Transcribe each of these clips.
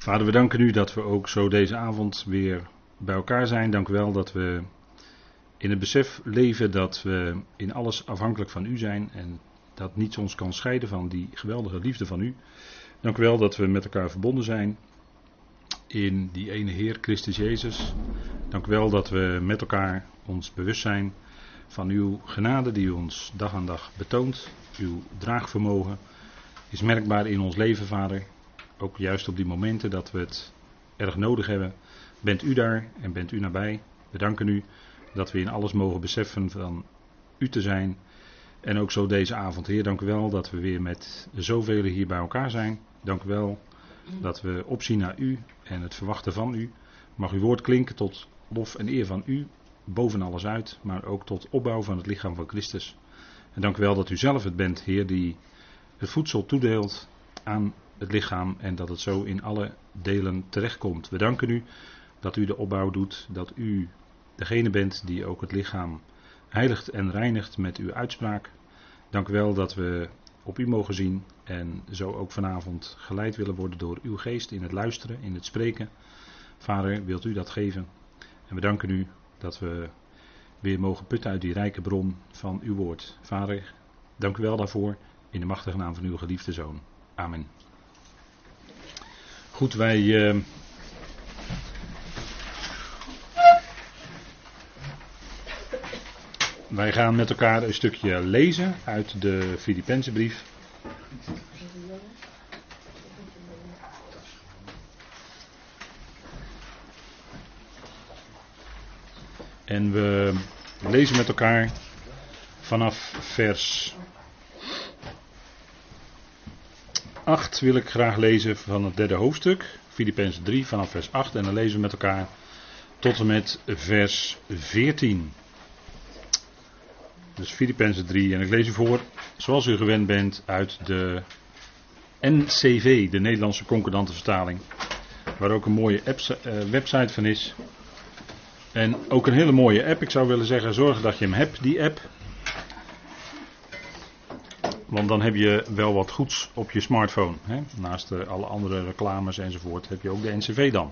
Vader, we danken u dat we ook zo deze avond weer bij elkaar zijn. Dank u wel dat we in het besef leven dat we in alles afhankelijk van u zijn en dat niets ons kan scheiden van die geweldige liefde van u. Dank u wel dat we met elkaar verbonden zijn in die ene Heer Christus Jezus. Dank u wel dat we met elkaar ons bewust zijn van uw genade die u ons dag aan dag betoont. Uw draagvermogen is merkbaar in ons leven, Vader. Ook juist op die momenten dat we het erg nodig hebben. Bent u daar en bent u nabij. We danken u dat we in alles mogen beseffen van u te zijn. En ook zo deze avond, Heer, dank u wel dat we weer met zoveel hier bij elkaar zijn. Dank u wel dat we opzien naar u en het verwachten van u. Mag uw woord klinken tot lof en eer van u, boven alles uit, maar ook tot opbouw van het lichaam van Christus. En dank u wel dat u zelf het bent, Heer, die het voedsel toedeelt aan het lichaam en dat het zo in alle delen terechtkomt. We danken u dat u de opbouw doet, dat u degene bent die ook het lichaam heiligt en reinigt met uw uitspraak. Dank u wel dat we op u mogen zien en zo ook vanavond geleid willen worden door uw geest in het luisteren, in het spreken. Vader, wilt u dat geven? En we danken u dat we weer mogen putten uit die rijke bron van uw woord. Vader, dank u wel daarvoor in de machtige naam van uw geliefde Zoon. Amen. Goed, wij gaan met elkaar een stukje lezen uit de Filippenzenbrief. En we lezen met elkaar vanaf vers 8 wil ik graag lezen van het derde hoofdstuk. Filippenzen 3 vanaf vers 8 en dan lezen we met elkaar tot en met vers 14. Dus Filippenzen 3 en ik lees u voor zoals u gewend bent uit de NCV, de Nederlandse Concordante Vertaling. Waar ook een mooie website van is. En ook een hele mooie app. Ik zou willen zeggen, zorg dat je hem hebt, die app. Want dan heb je wel wat goeds op je smartphone. Hè? Naast alle andere reclames enzovoort heb je ook de NCV dan.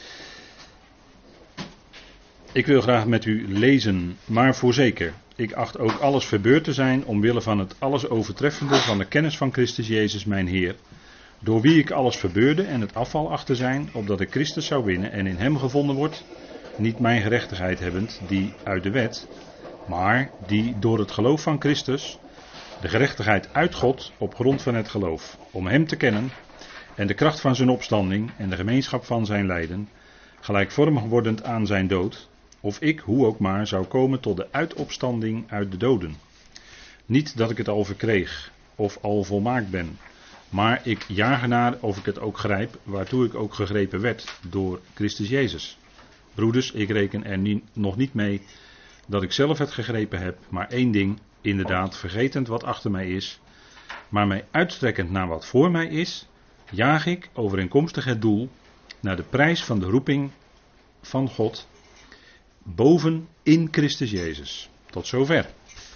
Ik wil graag met u lezen, maar voorzeker. Ik acht ook alles verbeurd te zijn omwille van het alles overtreffende van de kennis van Christus Jezus mijn Heer. Door wie ik alles verbeurde en het afval achter zijn, opdat ik Christus zou winnen en in hem gevonden word. Niet mijn gerechtigheid hebbend, die uit de wet, maar die door het geloof van Christus, de gerechtigheid uit God op grond van het geloof, om hem te kennen en de kracht van zijn opstanding en de gemeenschap van zijn lijden, gelijkvormig wordend aan zijn dood, of ik, hoe ook maar, zou komen tot de uitopstanding uit de doden. Niet dat ik het al verkreeg, of al volmaakt ben, maar ik jaag ernaar of ik het ook grijp, waartoe ik ook gegrepen werd door Christus Jezus. Broeders, ik reken er nog niet mee dat ik zelf het gegrepen heb, maar één ding, inderdaad vergetend wat achter mij is, maar mij uitstrekkend naar wat voor mij is, jaag ik overeenkomstig het doel naar de prijs van de roeping van God boven in Christus Jezus. Tot zover.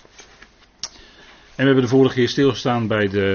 En we hebben de vorige keer stilgestaan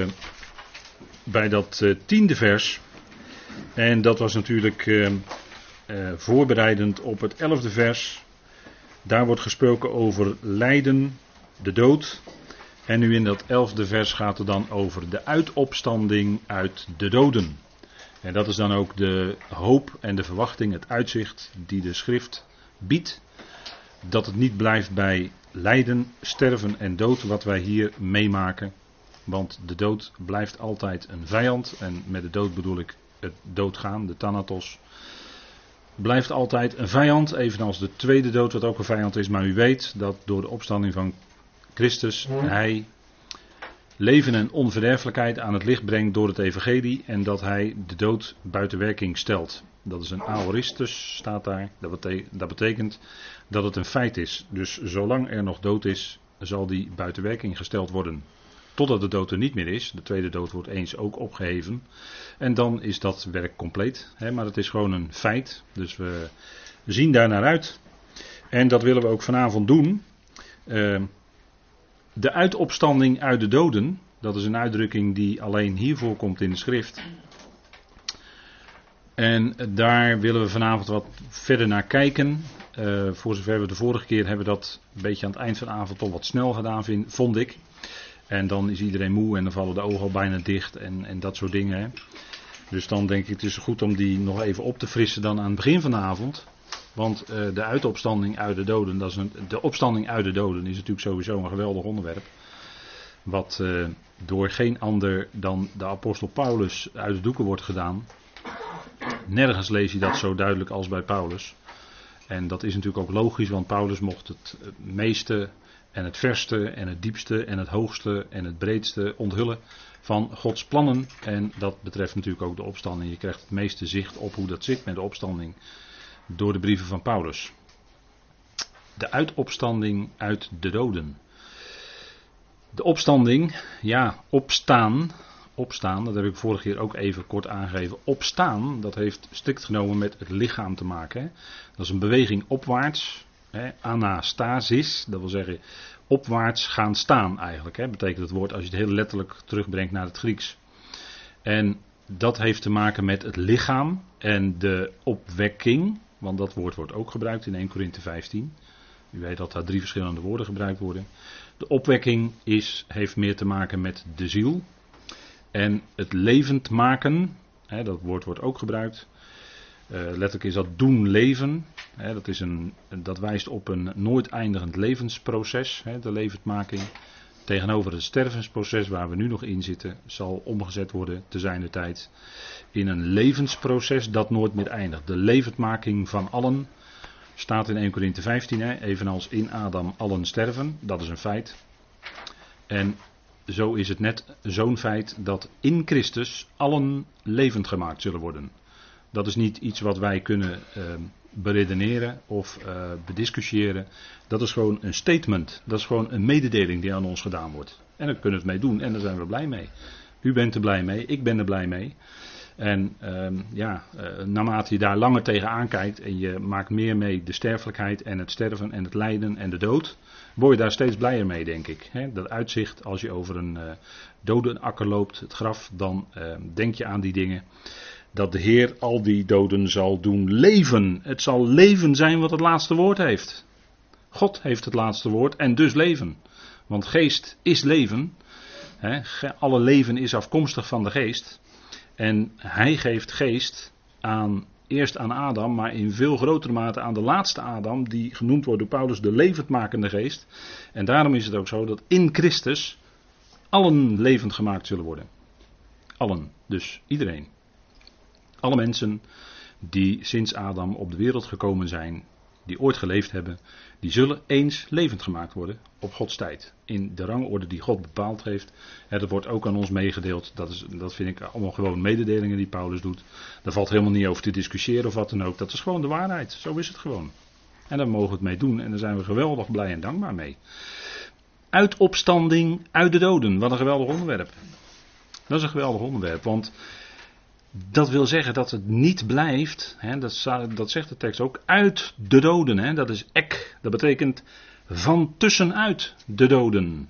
bij dat 10e vers. En dat was natuurlijk voorbereidend op het 11e vers. Daar wordt gesproken over lijden, de dood. En nu in dat 11e vers gaat het dan over de uitopstanding uit de doden. En dat is dan ook de hoop en de verwachting, het uitzicht die de schrift biedt. Dat het niet blijft bij lijden, sterven en dood wat wij hier meemaken. Want de dood blijft altijd een vijand. En met de dood bedoel ik het doodgaan, de thanatos. Blijft altijd een vijand, evenals de tweede dood wat ook een vijand is. Maar u weet dat door de opstanding van Christus hij leven en onverderfelijkheid aan het licht brengt door het evangelie. En dat hij de dood buiten werking stelt. Dat is een aoristus, staat daar. Dat betekent dat het een feit is. Dus zolang er nog dood is, zal die buiten werking gesteld worden. Totdat de dood er niet meer is. De tweede dood wordt eens ook opgeheven. En dan is dat werk compleet. Maar het is gewoon een feit. Dus we zien daar naar uit. En dat willen we ook vanavond doen. De uitopstanding uit de doden. Dat is een uitdrukking die alleen hier voorkomt in de schrift. En daar willen we vanavond wat verder naar kijken. Voor zover we de vorige keer hebben dat een beetje aan het eind van de avond toch wat snel gedaan, vond ik. En dan is iedereen moe en dan vallen de ogen al bijna dicht en dat soort dingen. Hè. Dus dan denk ik het is goed om die nog even op te frissen dan aan het begin van de avond. Want de uitopstanding uit de doden, de opstanding uit de doden is natuurlijk sowieso een geweldig onderwerp. Wat door geen ander dan de apostel Paulus uit de doeken wordt gedaan. Nergens lees je dat zo duidelijk als bij Paulus. En dat is natuurlijk ook logisch, want Paulus mocht het meeste en het verste en het diepste en het hoogste en het breedste onthullen van Gods plannen. En dat betreft natuurlijk ook de opstanding. Je krijgt het meeste zicht op hoe dat zit met de opstanding door de brieven van Paulus. De uitopstanding uit de doden. De opstanding, ja, opstaan, dat heb ik vorige keer ook even kort aangegeven. Opstaan, dat heeft strikt genomen met het lichaam te maken. Hè. Dat is een beweging opwaarts, hè, anastasis, dat wil zeggen opwaarts gaan staan eigenlijk. Hè, betekent het woord als je het heel letterlijk terugbrengt naar het Grieks. En dat heeft te maken met het lichaam en de opwekking, want dat woord wordt ook gebruikt in 1 Korinthe 15. U weet dat daar 3 verschillende woorden gebruikt worden. De opwekking heeft meer te maken met de ziel. En het levend maken, hè, dat woord wordt ook gebruikt. Letterlijk is dat doen leven. Hè, dat wijst op een nooit eindigend levensproces, hè, de levendmaking. Tegenover het stervensproces waar we nu nog in zitten, zal omgezet worden te zijner tijd in een levensproces dat nooit meer eindigt. De levendmaking van allen staat in 1 Korinthe 15, hè, evenals in Adam allen sterven, dat is een feit. En zo is het net zo'n feit dat in Christus allen levend gemaakt zullen worden. Dat is niet iets wat wij kunnen beredeneren of bediscussiëren. Dat is gewoon een statement. Dat is gewoon een mededeling die aan ons gedaan wordt. En daar kunnen we het mee doen en daar zijn we blij mee. U bent er blij mee, ik ben er blij mee. En naarmate je daar langer tegenaan kijkt en je maakt meer mee de sterfelijkheid en het sterven en het lijden en de dood, word je daar steeds blijer mee, denk ik. Dat uitzicht als je over een dodenakker loopt, het graf, dan denk je aan die dingen. Dat de Heer al die doden zal doen leven. Het zal leven zijn wat het laatste woord heeft. God heeft het laatste woord en dus leven. Want geest is leven. Alle leven is afkomstig van de geest. En hij geeft geest eerst aan Adam, maar in veel grotere mate aan de laatste Adam, die genoemd wordt door Paulus de levendmakende geest. En daarom is het ook zo dat in Christus allen levend gemaakt zullen worden. Allen, dus iedereen. Alle mensen die sinds Adam op de wereld gekomen zijn, die ooit geleefd hebben, die zullen eens levend gemaakt worden op Gods tijd. In de rangorde die God bepaald heeft. Dat wordt ook aan ons meegedeeld. Dat vind ik allemaal gewoon mededelingen die Paulus doet. Daar valt helemaal niet over te discussiëren of wat dan ook. Dat is gewoon de waarheid. Zo is het gewoon. En daar mogen we het mee doen. En daar zijn we geweldig blij en dankbaar mee. Uitopstanding uit de doden. Wat een geweldig onderwerp. Dat is een geweldig onderwerp. Want dat wil zeggen dat het niet blijft, dat zegt de tekst ook, uit de doden. Dat is ek, dat betekent van tussenuit de doden.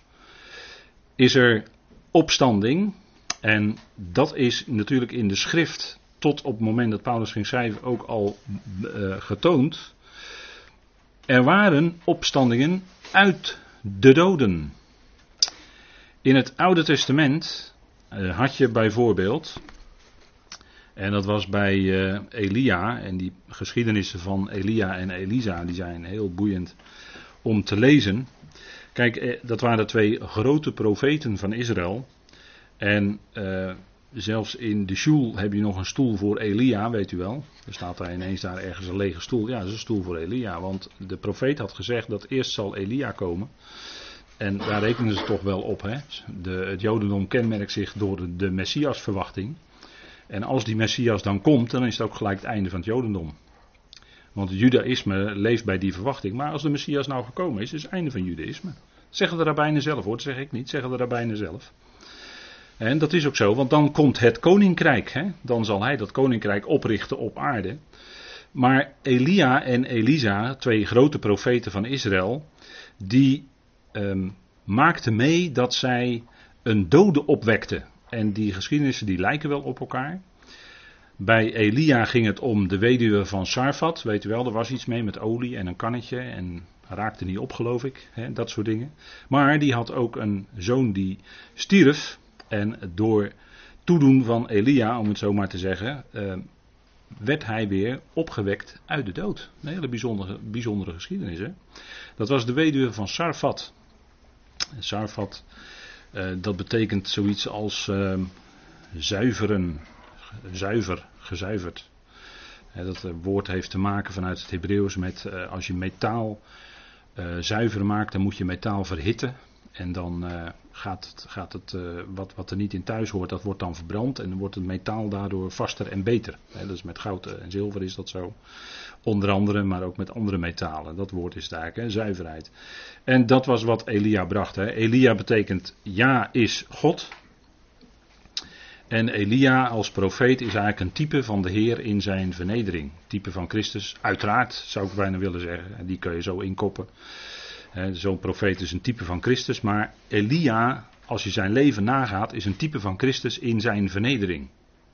Is er opstanding, en dat is natuurlijk in de schrift tot op het moment dat Paulus ging schrijven ook al getoond. Er waren opstandingen uit de doden. In het Oude Testament had je bijvoorbeeld, en dat was bij Elia, en die geschiedenissen van Elia en Elisa, die zijn heel boeiend om te lezen. Kijk, dat waren 2 grote profeten van Israël. En zelfs in de sjoel heb je nog een stoel voor Elia, weet u wel. Er staat daar ineens ergens een lege stoel. Ja, dat is een stoel voor Elia, want de profeet had gezegd dat eerst zal Elia komen. En daar rekenen ze toch wel op. Hè? Het Jodendom kenmerkt zich door de Messiasverwachting. En als die Messias dan komt, dan is het ook gelijk het einde van het Jodendom. Want het Judaïsme leeft bij die verwachting. Maar als de Messias nou gekomen is het einde van het Judaïsme. Zeggen de rabbijnen zelf, hoor, dat zeg ik niet, zeggen de rabbijnen zelf. En dat is ook zo, want dan komt het koninkrijk. Hè? Dan zal hij dat koninkrijk oprichten op aarde. Maar Elia en Elisa, 2 grote profeten van Israël, die maakten mee dat zij een dode opwekten. En die geschiedenissen die lijken wel op elkaar. Bij Elia ging het om de weduwe van Sarfat. Weet u wel, er was iets mee met olie en een kannetje. En raakte niet op, geloof ik. Dat soort dingen. Maar die had ook een zoon die stierf. En door toedoen van Elia, om het zo maar te zeggen, werd hij weer opgewekt uit de dood. Een hele bijzondere geschiedenis. Hè? Dat was de weduwe van Sarfat. Sarfat, dat betekent zoiets als zuiveren, gezuiverd. Dat woord heeft te maken vanuit het Hebreeuws met als je metaal zuiver maakt, dan moet je metaal verhitten. En dan gaat het wat er niet in thuis hoort, dat wordt dan verbrand. En dan wordt het metaal daardoor vaster en beter. Dus met goud en zilver is dat zo. Onder andere, maar ook met andere metalen. Dat woord is het eigenlijk, zuiverheid. En dat was wat Elia bracht. Elia betekent ja is God. En Elia als profeet is eigenlijk een type van de Heer in zijn vernedering. Type van Christus, uiteraard zou ik bijna willen zeggen. Die kun je zo inkoppen. Zo'n profeet is een type van Christus. Maar Elia, als je zijn leven nagaat, is een type van Christus in zijn vernedering.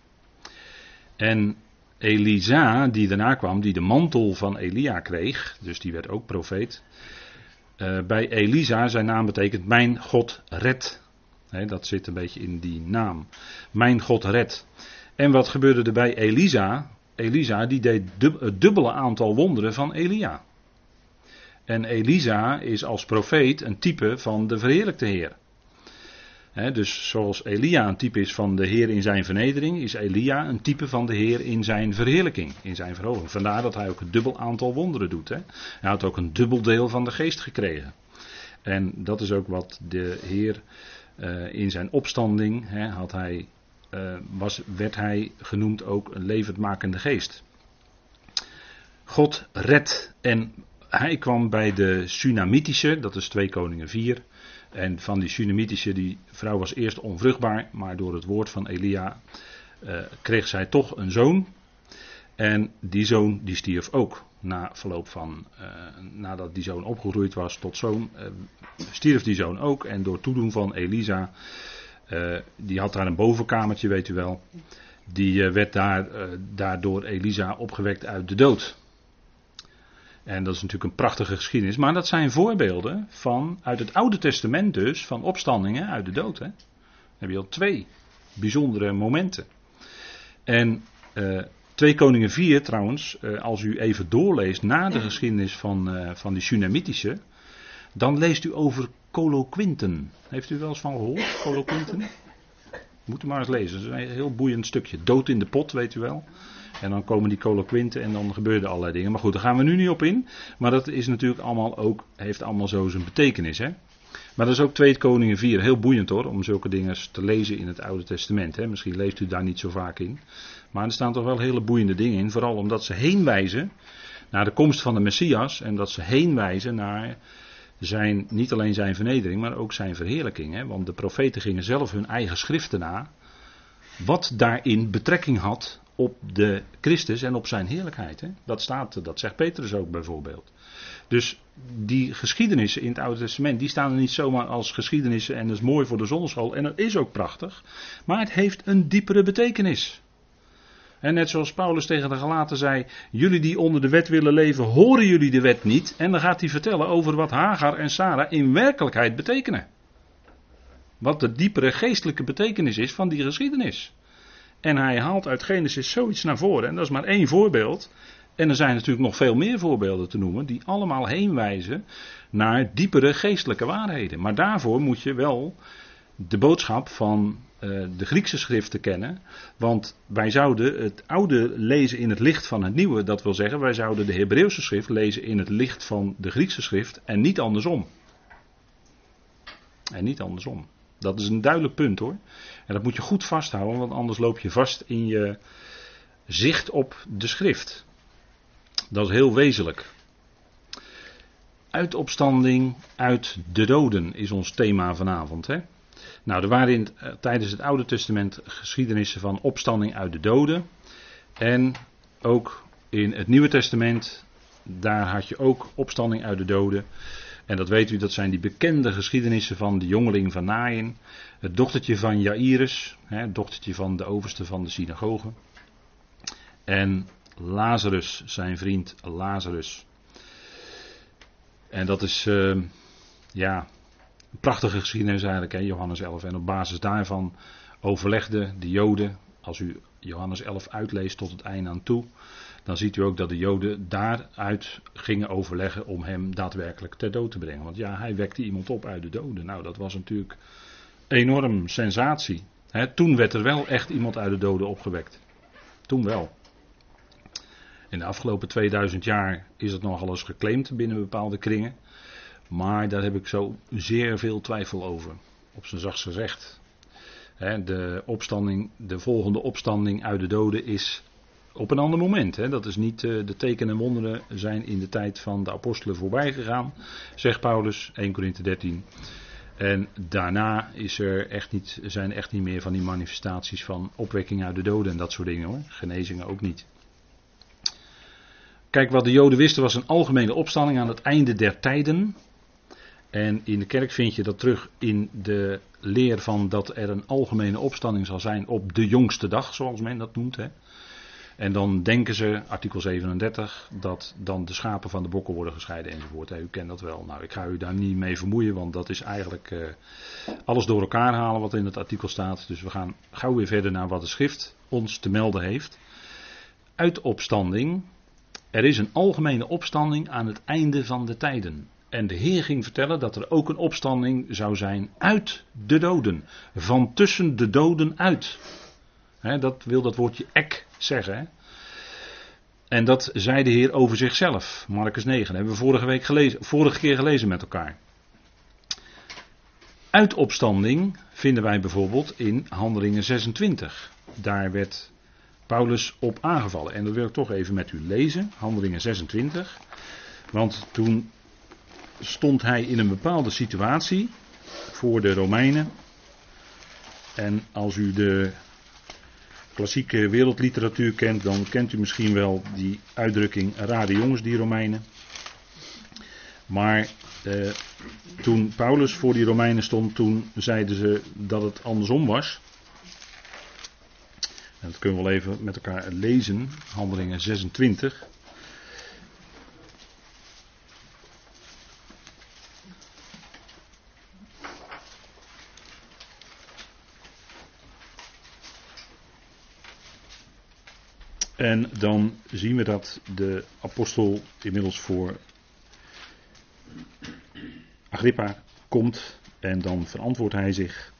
En Elisa, die daarna kwam, die de mantel van Elia kreeg. Dus die werd ook profeet. Bij Elisa, zijn naam betekent mijn God redt. Dat zit een beetje in die naam. Mijn God redt. En wat gebeurde er bij Elisa? Elisa die deed het dubbele aantal wonderen van Elia. En Elisa is als profeet een type van de verheerlijkte Heer. Dus zoals Elia een type is van de Heer in zijn vernedering, is Elia een type van de Heer in zijn verheerlijking, in zijn verhoging. Vandaar dat hij ook een dubbel aantal wonderen doet. Hij had ook een dubbel deel van de geest gekregen. En dat is ook wat de Heer in zijn opstanding werd hij genoemd ook een levendmakende geest. God redt. En hij kwam bij de Sunamitische, dat is 2 Koningen 4. En van die Sunamitische, die vrouw was eerst onvruchtbaar, maar door het woord van Elia kreeg zij toch een zoon. En die zoon die stierf ook. Na verloop van, nadat die zoon opgegroeid was tot zoon, stierf die zoon ook. En door toedoen van Elisa, die had daar een bovenkamertje, weet u wel. Die werd daardoor Elisa opgewekt uit de dood. En dat is natuurlijk een prachtige geschiedenis. Maar dat zijn voorbeelden uit het Oude Testament dus, van opstandingen uit de dood. Dan heb je al 2 bijzondere momenten. En 2 Koningen 4 trouwens, als u even doorleest na de geschiedenis van die Sunamitische, dan leest u over Coloquinten. Heeft u wel eens van gehoord, Coloquinten? Moet u maar eens lezen, dat is een heel boeiend stukje. Dood in de pot, weet u wel. En dan komen die Coloquinten en dan gebeuren allerlei dingen. Maar goed, daar gaan we nu niet op in. Maar dat is natuurlijk heeft allemaal zo zijn betekenis. Hè? Maar dat is ook 2 Koningen 4. Heel boeiend hoor, om zulke dingen te lezen in het Oude Testament. Hè? Misschien leest u daar niet zo vaak in. Maar er staan toch wel hele boeiende dingen in. Vooral omdat ze heenwijzen naar de komst van de Messias. En dat ze heenwijzen naar niet alleen zijn vernedering, maar ook zijn verheerlijking. Hè? Want de profeten gingen zelf hun eigen schriften na. Wat daarin betrekking had op de Christus en op zijn heerlijkheid. Hè? Dat zegt Petrus ook bijvoorbeeld. Dus die geschiedenissen in het Oude Testament, die staan er niet zomaar als geschiedenissen en dat is mooi voor de zonneschool en dat is ook prachtig. Maar het heeft een diepere betekenis. En net zoals Paulus tegen de Galaten zei, jullie die onder de wet willen leven, horen jullie de wet niet. En dan gaat hij vertellen over wat Hagar en Sarah in werkelijkheid betekenen. Wat de diepere geestelijke betekenis is van die geschiedenis. En hij haalt uit Genesis zoiets naar voren. En dat is maar 1 voorbeeld. En er zijn natuurlijk nog veel meer voorbeelden te noemen. Die allemaal heenwijzen naar diepere geestelijke waarheden. Maar daarvoor moet je wel de boodschap van de Griekse schriften kennen. Want wij zouden het oude lezen in het licht van het nieuwe. Dat wil zeggen, wij zouden de Hebreeuwse schrift lezen in het licht van de Griekse schrift. En niet andersom. En niet andersom. Dat is een duidelijk punt hoor. En dat moet je goed vasthouden, want anders loop je vast in je zicht op de schrift. Dat is heel wezenlijk. Uitopstanding uit de doden is ons thema vanavond. Hè? Nou, er waren tijdens het Oude Testament geschiedenissen van opstanding uit de doden. En ook in het Nieuwe Testament, daar had je ook opstanding uit de doden. En dat weet u, dat zijn die bekende geschiedenissen van de jongeling van Naïn. Het dochtertje van Jairus, het dochtertje van de overste van de synagoge. En Lazarus, zijn vriend Lazarus. En dat is een prachtige geschiedenis eigenlijk, hè, Johannes 11. En op basis daarvan overlegden de Joden, als u Johannes 11 uitleest tot het einde aan toe, dan ziet u ook dat de Joden daaruit gingen overleggen om hem daadwerkelijk ter dood te brengen. Want ja, hij wekte iemand op uit de doden. Nou, dat was natuurlijk enorm sensatie. Toen werd er wel echt iemand uit de doden opgewekt. Toen wel. In de afgelopen 2000 jaar is het nogal eens geclaimd binnen bepaalde kringen. Maar daar heb ik zo zeer veel twijfel over. Op zijn zachtst gezegd. De volgende opstanding uit de doden is op een ander moment. Dat is niet de tekenen en wonderen zijn in de tijd van de apostelen voorbij gegaan. Zegt Paulus, 1 Korinthe 13. En daarna zijn er echt niet meer van die manifestaties van opwekking uit de doden en dat soort dingen hoor. Genezingen ook niet. Kijk, wat de Joden wisten was een algemene opstanding aan het einde der tijden. En in de kerk vind je dat terug in de leer van dat er een algemene opstanding zal zijn op de jongste dag, zoals men dat noemt. En dan denken ze, artikel 37, dat dan de schapen van de bokken worden gescheiden enzovoort. U kent dat wel. Nou, ik ga u daar niet mee vermoeien, want dat is eigenlijk alles door elkaar halen wat in het artikel staat. Dus we gaan gauw weer verder naar wat de schrift ons te melden heeft. Uitopstanding. Er is een algemene opstanding aan het einde van de tijden. En de Heer ging vertellen dat er ook een opstanding zou zijn uit de doden. Van tussen de doden uit. Dat wil dat woordje ek zeggen. En dat zei de Heer over zichzelf. Markus 9, dat hebben we vorige keer gelezen met elkaar. Uitopstanding vinden wij bijvoorbeeld in Handelingen 26. Daar werd Paulus op aangevallen. En dat wil ik toch even met u lezen. Handelingen 26. Want toen stond hij in een bepaalde situatie voor de Romeinen. En als u de klassieke wereldliteratuur kent, dan kent u misschien wel die uitdrukking rare jongens, die Romeinen. Maar toen Paulus voor die Romeinen stond, toen zeiden ze dat het andersom was. En dat kunnen we wel even met elkaar lezen, Handelingen 26. En dan zien we dat de apostel inmiddels voor Agrippa komt en dan verantwoordt hij zich.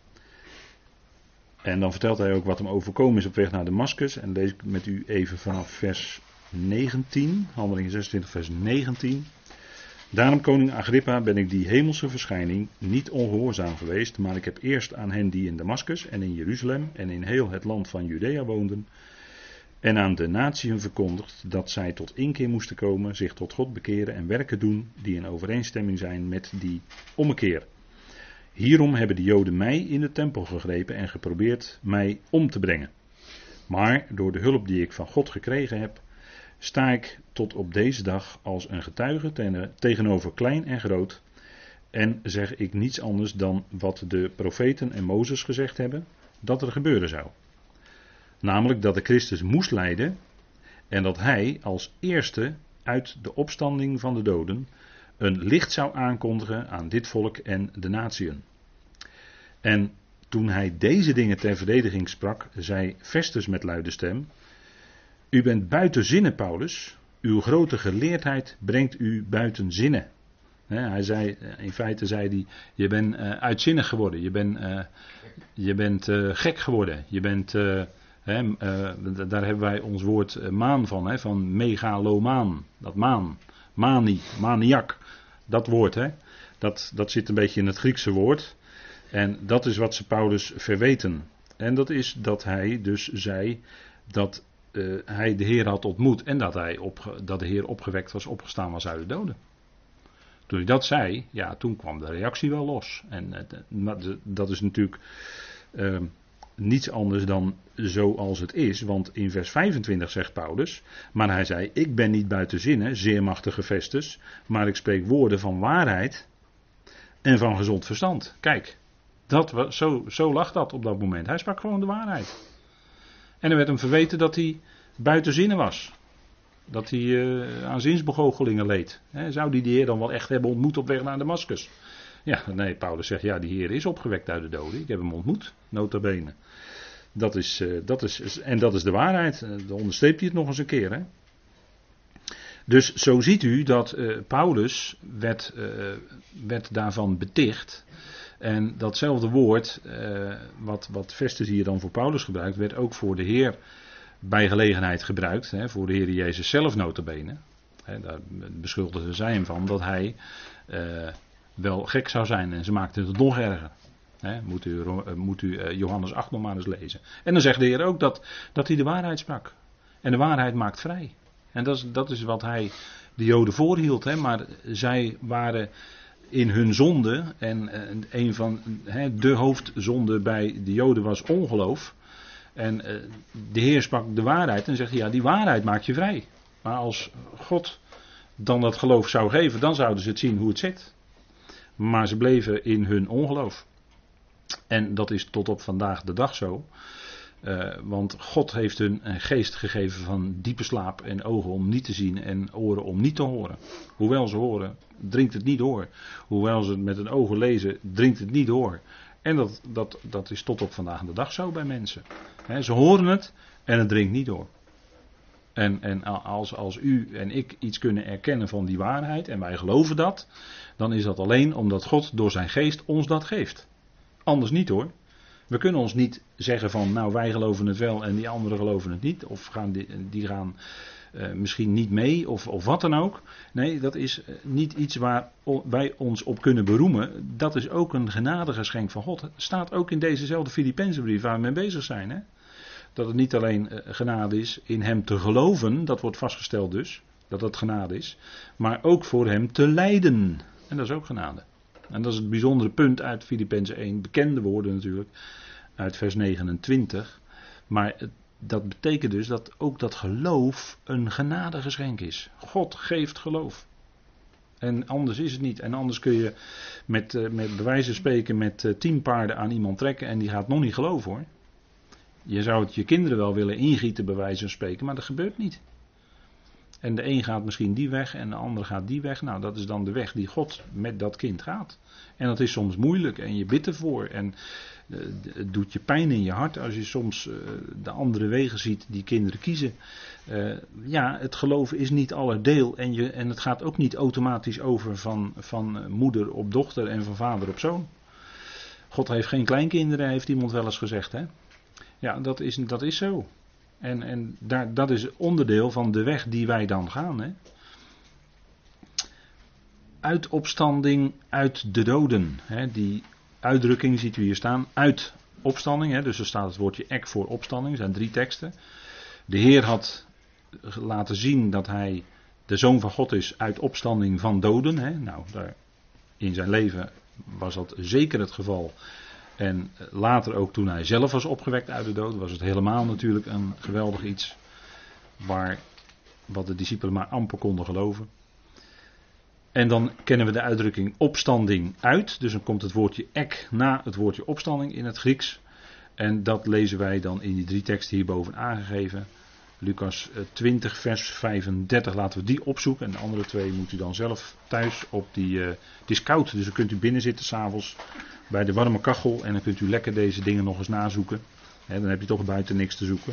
En dan vertelt hij ook wat hem overkomen is op weg naar Damascus. En lees ik met u even vanaf vers 19, Handelingen 26 vers 19. Daarom, koning Agrippa, ben ik die hemelse verschijning niet ongehoorzaam geweest, maar ik heb eerst aan hen die in Damascus en in Jeruzalem en in heel het land van Judea woonden, en aan de natieën verkondigd dat zij tot inkeer moesten komen, zich tot God bekeren en werken doen die in overeenstemming zijn met die ommekeer. Hierom hebben de Joden mij in de tempel gegrepen en geprobeerd mij om te brengen. Maar door de hulp die ik van God gekregen heb, sta ik tot op deze dag als een getuige tegenover klein en groot. En zeg ik niets anders dan wat de profeten en Mozes gezegd hebben, dat er gebeuren zou. Namelijk dat de Christus moest lijden en dat hij als eerste uit de opstanding van de doden een licht zou aankondigen aan dit volk en de natieën. En toen hij deze dingen ter verdediging sprak, zei Festus met luide stem: U bent buiten zinnen, Paulus. Uw grote geleerdheid brengt u buiten zinnen. In feite zei hij, je bent uitzinnig geworden. Je bent gek geworden. Je bent, daar hebben wij ons woord maan van megalomaan. Dat maniak. Dat woord, dat zit een beetje in het Griekse woord. En dat is wat ze Paulus verweten. En dat is dat hij dus zei dat hij de Heer had ontmoet en dat de Heer opgewekt was, opgestaan was uit de doden. Toen hij dat zei, ja, toen kwam de reactie wel los. En dat is natuurlijk niets anders dan zoals het is. Want in vers 25 zegt Paulus, maar hij zei, ik ben niet buiten zinnen, zeer machtige Festus, maar ik spreek woorden van waarheid en van gezond verstand. Kijk, zo lag dat op dat moment. Hij sprak gewoon de waarheid. En er werd hem verweten dat hij buiten zinnen was. Dat hij aan zinsbegoochelingen leed. Zou die de Heer dan wel echt hebben ontmoet op weg naar Damascus? Ja, nee, Paulus zegt, ja, die Heer is opgewekt uit de doden. Ik heb hem ontmoet, nota bene. Dat is de waarheid. Dan onderstreept hij het nog eens een keer. Hè? Dus zo ziet u dat Paulus werd daarvan beticht. En datzelfde woord, wat Festus hier dan voor Paulus gebruikt, werd ook voor de Heer bij gelegenheid gebruikt. Hè, voor de Heer Jezus zelf nota bene. Daar beschuldigden zij hem van dat hij wel gek zou zijn. En ze maakten het nog erger. Moet u Johannes 8 nog maar eens lezen. En dan zegt de Heer ook dat hij de waarheid sprak. En de waarheid maakt vrij. En dat is wat hij de Joden voorhield. Hè. Maar zij waren in hun zonde. En een van de hoofdzonde bij de Joden was ongeloof. En de Heer sprak de waarheid en zegt, ja, die waarheid maakt je vrij. Maar als God dan dat geloof zou geven, dan zouden ze het zien hoe het zit. Maar ze bleven in hun ongeloof. En dat is tot op vandaag de dag zo. Want God heeft hun een geest gegeven van diepe slaap en ogen om niet te zien en oren om niet te horen. Hoewel ze horen, dringt het niet door. Hoewel ze het met hun ogen lezen, dringt het niet door. En dat is tot op vandaag de dag zo bij mensen. Ze horen het en het dringt niet door. En als u en ik iets kunnen erkennen van die waarheid en wij geloven dat, dan is dat alleen omdat God door zijn geest ons dat geeft. Anders niet hoor. We kunnen ons niet zeggen van nou wij geloven het wel en die anderen geloven het niet. Of die gaan misschien niet mee of wat dan ook. Nee, dat is niet iets waar wij ons op kunnen beroemen. Dat is ook een genadegeschenk van God. Het staat ook in dezezelfde Filippenzenbrief waar we mee bezig zijn. Hè? Dat het niet alleen genade is in hem te geloven, dat wordt vastgesteld dus, dat dat genade is. Maar ook voor hem te lijden. En dat is ook genade. En dat is het bijzondere punt uit Filippenzen 1, bekende woorden natuurlijk, uit vers 29. Maar dat betekent dus dat ook dat geloof een genadegeschenk is. God geeft geloof. En anders is het niet. En anders kun je met bij wijze van spreken met 10 paarden aan iemand trekken en die gaat nog niet geloven hoor. Je zou het je kinderen wel willen ingieten bij wijze van spreken, maar dat gebeurt niet. En de een gaat misschien die weg en de ander gaat die weg. Nou, dat is dan de weg die God met dat kind gaat. En dat is soms moeilijk en je bidt ervoor. En het doet je pijn in je hart als je soms de andere wegen ziet die kinderen kiezen. Ja, het geloven is niet allerdeel. En het gaat ook niet automatisch over van moeder op dochter en van vader op zoon. God heeft geen kleinkinderen, heeft iemand wel eens gezegd. Hè? Ja, dat is zo. En dat is onderdeel van de weg die wij dan gaan. Hè? Uitopstanding uit de doden. Hè? Die uitdrukking ziet u hier staan. Uit opstanding. Hè? Dus er staat het woordje ek voor opstanding. Er zijn 3 teksten. De Heer had laten zien dat hij de Zoon van God is uit opstanding van doden. Hè? Nou, in zijn leven was dat zeker het geval. En later ook toen hij zelf was opgewekt uit de dood, was het helemaal natuurlijk een geweldig iets. Wat de discipelen maar amper konden geloven. En dan kennen we de uitdrukking opstanding uit. Dus dan komt het woordje ek na het woordje opstanding in het Grieks. En dat lezen wij dan in die 3 teksten hierboven aangegeven. Lucas 20 vers 35 laten we die opzoeken. En de andere 2 moet u dan zelf thuis op die... het is koud, dus dan kunt u binnen zitten 's avonds bij de warme kachel. En dan kunt u lekker deze dingen nog eens nazoeken. Dan heb je toch buiten niks te zoeken.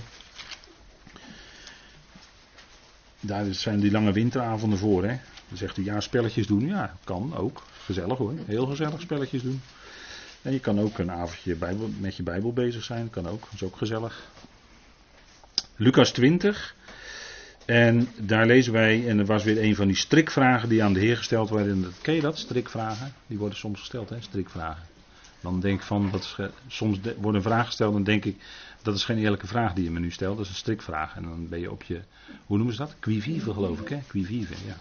Daar zijn die lange winteravonden voor. Hè? Dan zegt u ja, spelletjes doen. Ja, kan ook. Gezellig hoor. Heel gezellig spelletjes doen. En je kan ook een avondje met je Bijbel bezig zijn. Kan ook. Dat is ook gezellig. Lucas 20. En daar lezen wij, en er was weer een van die strikvragen die aan de Heer gesteld werden. Ken je dat? Strikvragen? Die worden soms gesteld, hè? Strikvragen. Dan denk ik van, soms wordt een vraag gesteld, dan denk ik, dat is geen eerlijke vraag die je me nu stelt, dat is een strikvraag. En dan ben je op je, hoe noemen ze dat? Qui vive geloof ik, hè? Qui vive, ja.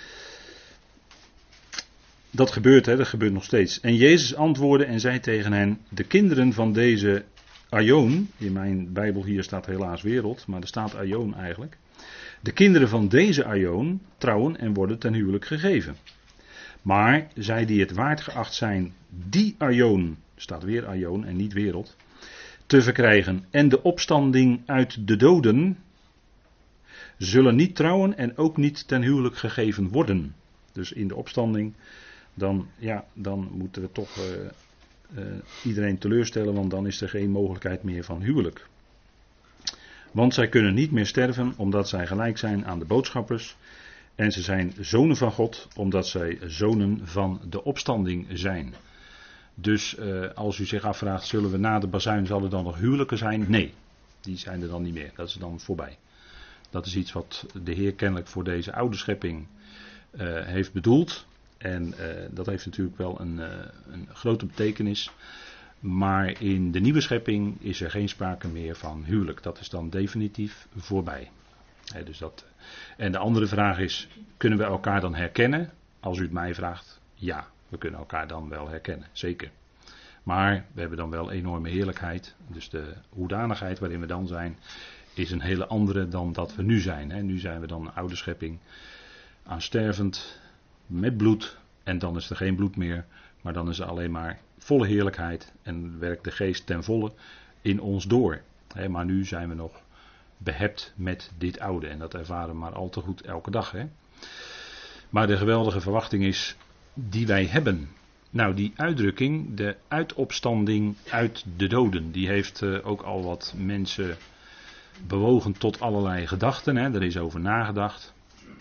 Dat gebeurt, hè? Dat gebeurt nog steeds. En Jezus antwoordde en zei tegen hen, de kinderen van deze aion, in mijn Bijbel hier staat helaas wereld, maar er staat aion eigenlijk. De kinderen van deze aion trouwen en worden ten huwelijk gegeven. Maar zij die het waard geacht zijn, die aion, staat weer aion en niet wereld, te verkrijgen. En de opstanding uit de doden zullen niet trouwen en ook niet ten huwelijk gegeven worden. Dus in de opstanding, dan moeten we toch iedereen teleurstellen, want dan is er geen mogelijkheid meer van huwelijk. Want zij kunnen niet meer sterven, omdat zij gelijk zijn aan de boodschappers. En ze zijn zonen van God, omdat zij zonen van de opstanding zijn. Dus als u zich afvraagt, zullen we na de bazuin, zal er dan nog huwelijken zijn? Nee, die zijn er dan niet meer. Dat is dan voorbij. Dat is iets wat de Heer kennelijk voor deze oude schepping heeft bedoeld. En dat heeft natuurlijk wel een grote betekenis. Maar in de nieuwe schepping is er geen sprake meer van huwelijk. Dat is dan definitief voorbij. En de andere vraag is, kunnen we elkaar dan herkennen? Als u het mij vraagt, ja, we kunnen elkaar dan wel herkennen, zeker. Maar we hebben dan wel enorme heerlijkheid. Dus de hoedanigheid waarin we dan zijn, is een hele andere dan dat we nu zijn. Nu zijn we dan een oude schepping, aanstervend, met bloed. En dan is er geen bloed meer, maar dan is er alleen maar volle heerlijkheid. En werkt de geest ten volle in ons door. Maar nu zijn we nog behept met dit oude. En dat ervaren we maar al te goed elke dag. Maar de geweldige verwachting is die wij hebben. Nou, die uitdrukking, de uitopstanding uit de doden, die heeft ook al wat mensen bewogen tot allerlei gedachten. Er is over nagedacht.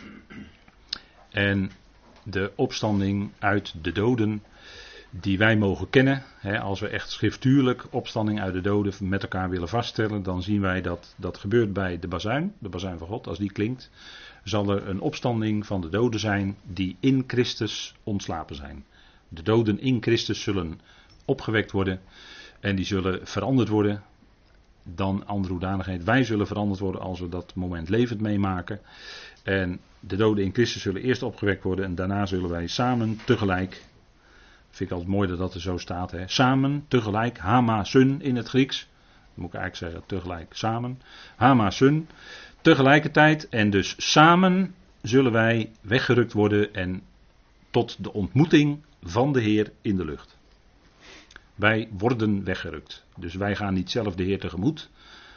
En de opstanding uit de doden, die wij mogen kennen. Als we echt schriftuurlijk opstanding uit de doden met elkaar willen vaststellen, dan zien wij dat dat gebeurt bij de bazuin van God. Als die klinkt, zal er een opstanding van de doden zijn die in Christus ontslapen zijn. De doden in Christus zullen opgewekt worden en die zullen veranderd worden. Dan andere hoedanigheid. Wij zullen veranderd worden als we dat moment levend meemaken. En de doden in Christus zullen eerst opgewekt worden en daarna zullen wij samen tegelijk. Vind ik altijd mooi dat dat er zo staat. Samen tegelijk. Hamasun in het Grieks. Dat moet ik eigenlijk zeggen tegelijk samen. Hamasun. Tegelijkertijd. En dus samen zullen wij weggerukt worden en tot de ontmoeting van de Heer in de lucht. Wij worden weggerukt. Dus wij gaan niet zelf de Heer tegemoet.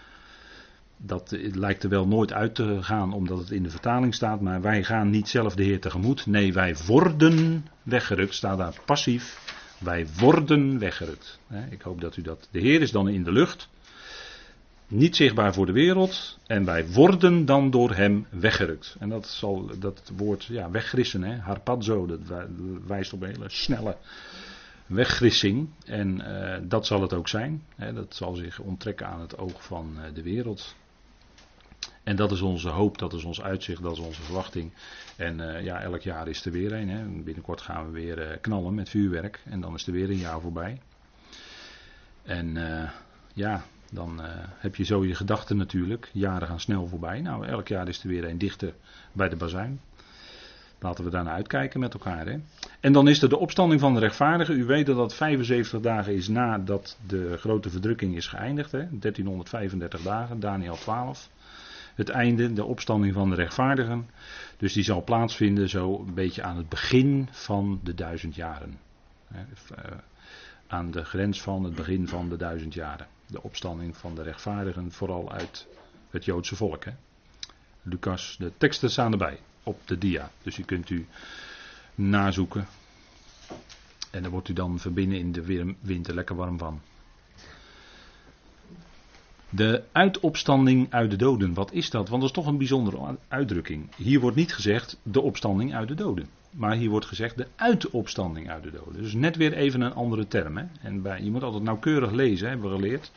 Dat lijkt er wel nooit uit te gaan omdat het in de vertaling staat. Maar wij gaan niet zelf de Heer tegemoet. Nee, wij worden weggerukt. Staat daar passief. Wij worden weggerukt. Ik hoop dat u dat. De Heer is dan in de lucht. Niet zichtbaar voor de wereld. En wij worden dan door hem weggerukt. En dat woord weggrissen. Harpazo. Dat wijst op een hele snelle weggrissing. En dat zal het ook zijn. Dat zal zich onttrekken aan het oog van de wereld. En dat is onze hoop, dat is ons uitzicht, dat is onze verwachting. En elk jaar is er weer een. Binnenkort gaan we weer knallen met vuurwerk. En dan is er weer een jaar voorbij. En dan heb je zo je gedachten natuurlijk. Jaren gaan snel voorbij. Nou, elk jaar is er weer een dichter bij de bazuin. Laten we daarnaar uitkijken met elkaar. En dan is er de opstanding van de rechtvaardigen. U weet dat dat 75 dagen is nadat de grote verdrukking is geëindigd. 1335 dagen, Daniël 12. Het einde, de opstanding van de rechtvaardigen. Dus die zal plaatsvinden zo een beetje aan het begin van de 1000 jaren. Aan de grens van het begin van de 1000 jaren. De opstanding van de rechtvaardigen, vooral uit het Joodse volk. Lucas, de teksten staan erbij. Op de dia. Dus die kunt u nazoeken. En daar wordt u dan verbinnen in de winter lekker warm van. De uitopstanding uit de doden. Wat is dat? Want dat is toch een bijzondere uitdrukking. Hier wordt niet gezegd de opstanding uit de doden. Maar hier wordt gezegd de uitopstanding uit de doden. Dus net weer even een andere term. En je moet altijd nauwkeurig lezen, hebben we geleerd.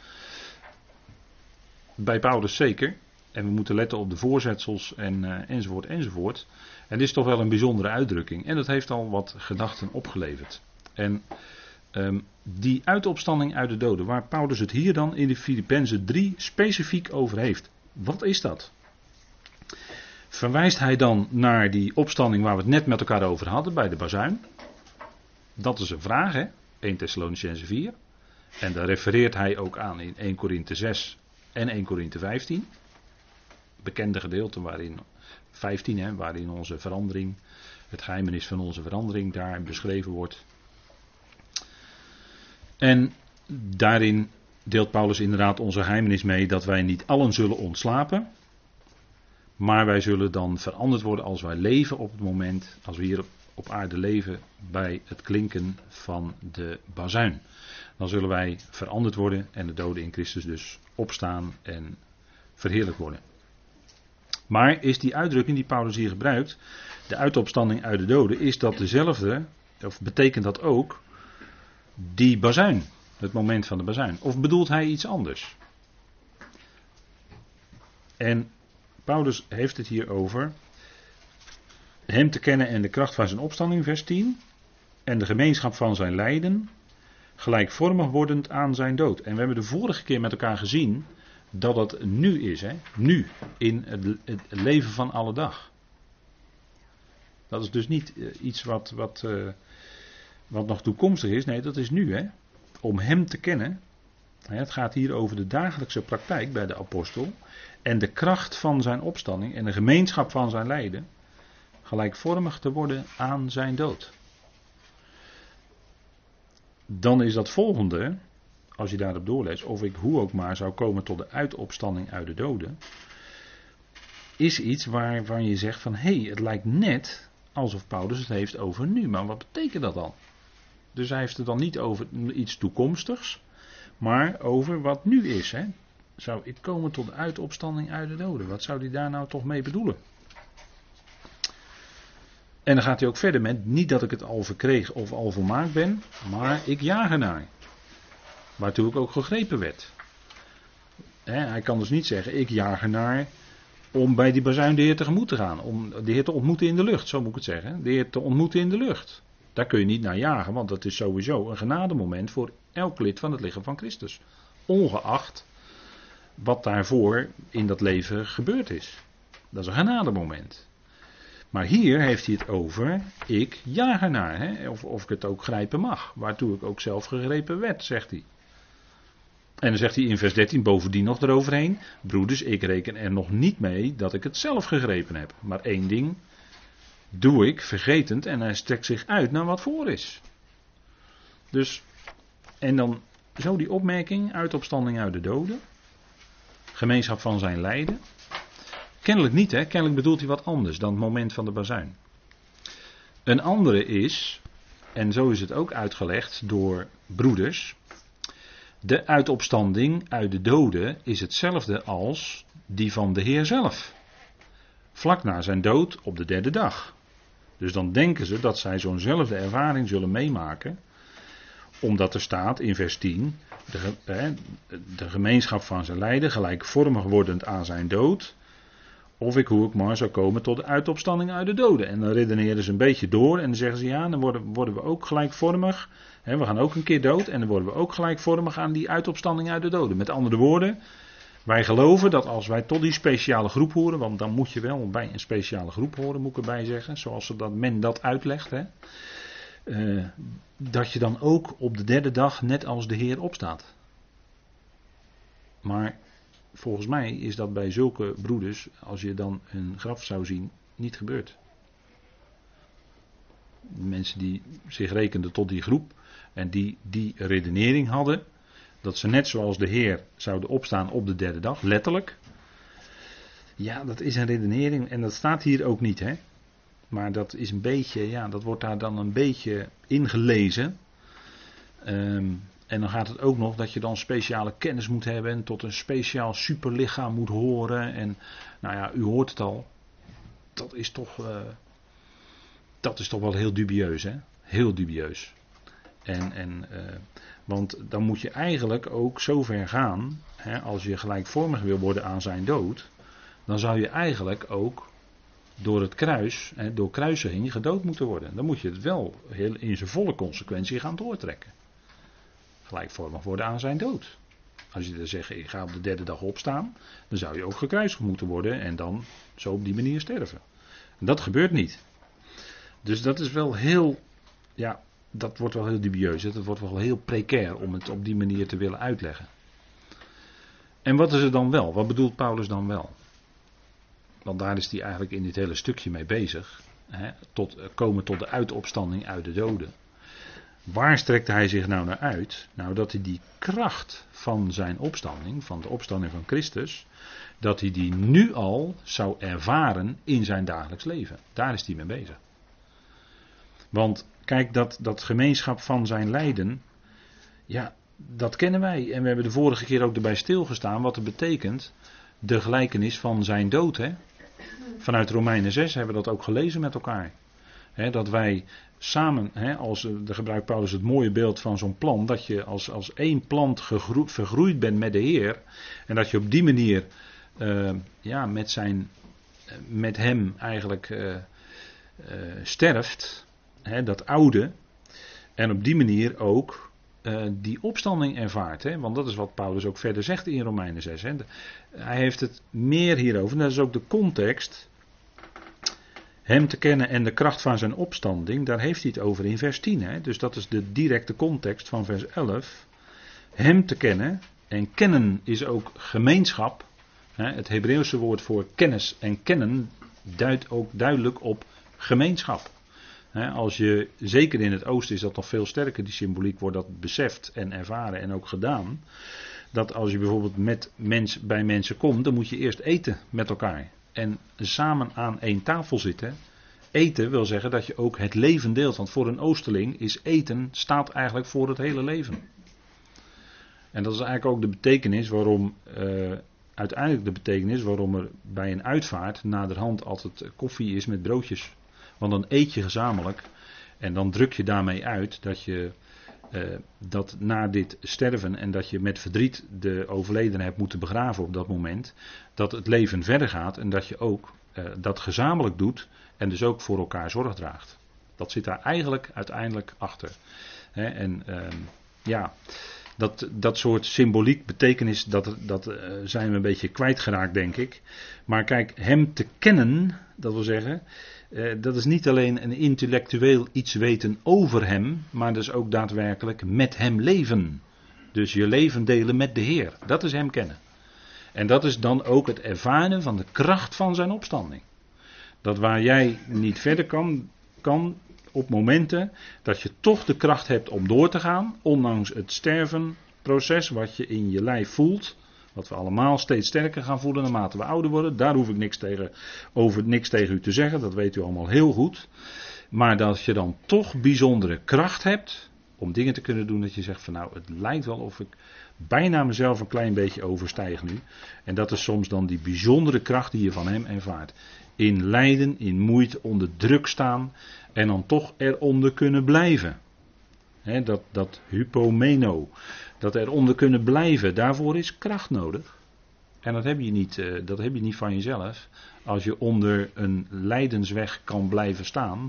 Bij Paulus zeker. En we moeten letten op de voorzetsels enzovoort enzovoort. En dit is toch wel een bijzondere uitdrukking. En dat heeft al wat gedachten opgeleverd. En die uitopstanding uit de doden, waar Paulus het hier dan in de Filippenzen 3 specifiek over heeft. Wat is dat? Verwijst hij dan naar die opstanding waar we het net met elkaar over hadden bij de bazuin? Dat is een vraag, 1 Thessalonicenzen 4. En daar refereert hij ook aan in 1 Korinthe 6 en 1 Korinthe 15. Bekende gedeelten waarin 15, waarin onze verandering, het geheimenis van onze verandering daar beschreven wordt. En daarin deelt Paulus inderdaad onze geheimenis mee dat wij niet allen zullen ontslapen. Maar wij zullen dan veranderd worden als wij leven op het moment, als we hier op aarde leven, bij het klinken van de bazuin. Dan zullen wij veranderd worden en de doden in Christus dus opstaan en verheerlijk worden. Maar is die uitdrukking die Paulus hier gebruikt, de uitopstanding uit de doden, is dat dezelfde, of betekent dat ook die bazuin, het moment van de bazuin? Of bedoelt hij iets anders? En Paulus heeft het hier over hem te kennen en de kracht van zijn opstanding, vers 10, en de gemeenschap van zijn lijden, gelijkvormig wordend aan zijn dood. En we hebben de vorige keer met elkaar gezien dat dat nu is, hè? Nu, in het leven van alle dag. Dat is dus niet iets wat nog toekomstig is, nee, dat is nu, hè? Om hem te kennen. Het gaat hier over de dagelijkse praktijk bij de apostel en de kracht van zijn opstanding en de gemeenschap van zijn lijden, gelijkvormig te worden aan zijn dood. Dan is dat volgende, als je daarop doorleest, of ik hoe ook maar zou komen tot de uitopstanding uit de doden, is iets waarvan je zegt van hé, het lijkt net alsof Paulus het heeft over nu, maar wat betekent dat dan? Dus hij heeft het dan niet over iets toekomstigs, maar over wat nu is. Hè? Zou ik komen tot de uitopstanding uit de doden? Wat zou hij daar nou toch mee bedoelen? En dan gaat hij ook verder met, niet dat ik het al verkreeg of al volmaakt ben, maar ik jaag ernaar. Waartoe ik ook gegrepen werd. Hij kan dus niet zeggen, ik jaag ernaar om bij die bazuin de Heer tegemoet te gaan. Om de Heer te ontmoeten in de lucht, zo moet ik het zeggen. De Heer te ontmoeten in de lucht. Daar kun je niet naar jagen, want dat is sowieso een genademoment voor elk lid van het lichaam van Christus. Ongeacht wat daarvoor in dat leven gebeurd is. Dat is een genademoment. Maar hier heeft hij het over, ik jaag ernaar. Hè? Of ik het ook grijpen mag. Waartoe ik ook zelf gegrepen werd, zegt hij. En dan zegt hij in vers 13 bovendien nog eroverheen. Broeders, ik reken er nog niet mee dat ik het zelf gegrepen heb. Maar één ding doe ik, vergetend, en hij strekt zich uit naar wat voor is. Dus, en dan zo die opmerking, uitopstanding uit de doden. Gemeenschap van zijn lijden. Kennelijk niet, hè? Kennelijk bedoelt hij wat anders dan het moment van de bazuin. Een andere is, en zo is het ook uitgelegd door broeders, de uitopstanding uit de doden is hetzelfde als die van de Heer zelf. Vlak na zijn dood op de derde dag. Dus dan denken ze dat zij zo'nzelfde ervaring zullen meemaken, omdat er staat in vers 10, de gemeenschap van zijn lijden, gelijkvormig wordend aan zijn dood, of ik hoe ik maar zou komen tot de uitopstanding uit de doden. En dan redeneren ze een beetje door en dan zeggen ze ja, dan worden we ook gelijkvormig. We gaan ook een keer dood en dan worden we ook gelijkvormig aan die uitopstanding uit de doden. Met andere woorden, wij geloven dat als wij tot die speciale groep horen, want dan moet je wel bij een speciale groep horen, moet ik erbij zeggen, zoals men dat uitlegt, dat je dan ook op de derde dag net als de Heer opstaat. Maar volgens mij is dat bij zulke broeders, als je dan hun graf zou zien, niet gebeurd. Mensen die zich rekenden tot die groep en die redenering hadden, dat ze net zoals de Heer zouden opstaan op de derde dag, letterlijk. Ja, dat is een redenering en dat staat hier ook niet, hè. Maar dat is een beetje, ja, dat wordt daar dan een beetje ingelezen. En dan gaat het ook nog dat je dan speciale kennis moet hebben en tot een speciaal superlichaam moet horen. En nou ja, u hoort het al. Dat is toch wel heel dubieus, hè? Heel dubieus. Want dan moet je eigenlijk ook zo ver gaan, hè, als je gelijkvormig wil worden aan zijn dood, dan zou je eigenlijk ook door het kruis, hè, door kruisiging gedood moeten worden. Dan moet je het wel heel in zijn volle consequentie gaan doortrekken. Gelijkvormig worden aan zijn dood. Als je dan zegt, ik ga op de derde dag opstaan, dan zou je ook gekruisigd moeten worden en dan zo op die manier sterven. En dat gebeurt niet. Dus dat is wel heel, ja, dat wordt wel heel dubieus. Dat wordt wel heel precair om het op die manier te willen uitleggen. En wat is er dan wel? Wat bedoelt Paulus dan wel? Want daar is hij eigenlijk in dit hele stukje mee bezig. Komen tot de uitopstanding uit de doden. Waar strekte hij zich nou naar uit? Nou, dat hij die kracht van zijn opstanding, van de opstanding van Christus, dat hij die nu al zou ervaren in zijn dagelijks leven. Daar is hij mee bezig. Want kijk, dat gemeenschap van zijn lijden, ja, dat kennen wij. En we hebben de vorige keer ook erbij stilgestaan wat het betekent, de gelijkenis van zijn dood. Hè? Vanuit Romeinen 6 hebben we dat ook gelezen met elkaar. Dat wij samen, de gebruikt Paulus het mooie beeld van zo'n plant, dat je als één plant vergroeid bent met de Heer. En dat je op die manier met hem eigenlijk sterft, dat oude. En op die manier ook die opstanding ervaart. Want dat is wat Paulus ook verder zegt in Romeinen 6. Hij heeft het meer hierover, en dat is ook de context. Hem te kennen en de kracht van zijn opstanding, daar heeft hij het over in vers 10. Dus dat is de directe context van vers 11. Hem te kennen, en kennen is ook gemeenschap. Het Hebreeuwse woord voor kennis en kennen duidt ook duidelijk op gemeenschap. Als je, zeker in het oosten is dat nog veel sterker, die symboliek wordt dat beseft en ervaren en ook gedaan. Dat als je bijvoorbeeld bij mensen komt, dan moet je eerst eten met elkaar. En samen aan één tafel zitten. Eten wil zeggen dat je ook het leven deelt. Want voor een oosterling is eten, staat eigenlijk voor het hele leven. En dat is eigenlijk ook de betekenis waarom er bij een uitvaart naderhand altijd koffie is met broodjes. Want dan eet je gezamenlijk en dan druk je daarmee uit dat na dit sterven en dat je met verdriet de overledene hebt moeten begraven op dat moment, dat het leven verder gaat en dat je ook dat gezamenlijk doet en dus ook voor elkaar zorg draagt. Dat zit daar eigenlijk uiteindelijk achter. Dat soort symboliek, betekenis, dat zijn we een beetje kwijtgeraakt, denk ik. Maar kijk, hem te kennen, dat wil zeggen, dat is niet alleen een intellectueel iets weten over hem, maar dus ook daadwerkelijk met hem leven. Dus je leven delen met de Heer, dat is hem kennen. En dat is dan ook het ervaren van de kracht van zijn opstanding. Dat waar jij niet verder kan op momenten dat je toch de kracht hebt om door te gaan, ondanks het stervenproces wat je in je lijf voelt, wat we allemaal steeds sterker gaan voelen naarmate we ouder worden. Daar hoef ik niks tegen u te zeggen, dat weet u allemaal heel goed. Maar dat je dan toch bijzondere kracht hebt om dingen te kunnen doen dat je zegt van nou, het lijkt wel of ik bijna mezelf een klein beetje overstijg nu. En dat is soms dan die bijzondere kracht die je van hem ervaart. In lijden, in moeite, onder druk staan en dan toch eronder kunnen blijven. Dat hypomeno, dat eronder kunnen blijven, daarvoor is kracht nodig. En dat heb je niet van jezelf. Als je onder een lijdensweg kan blijven staan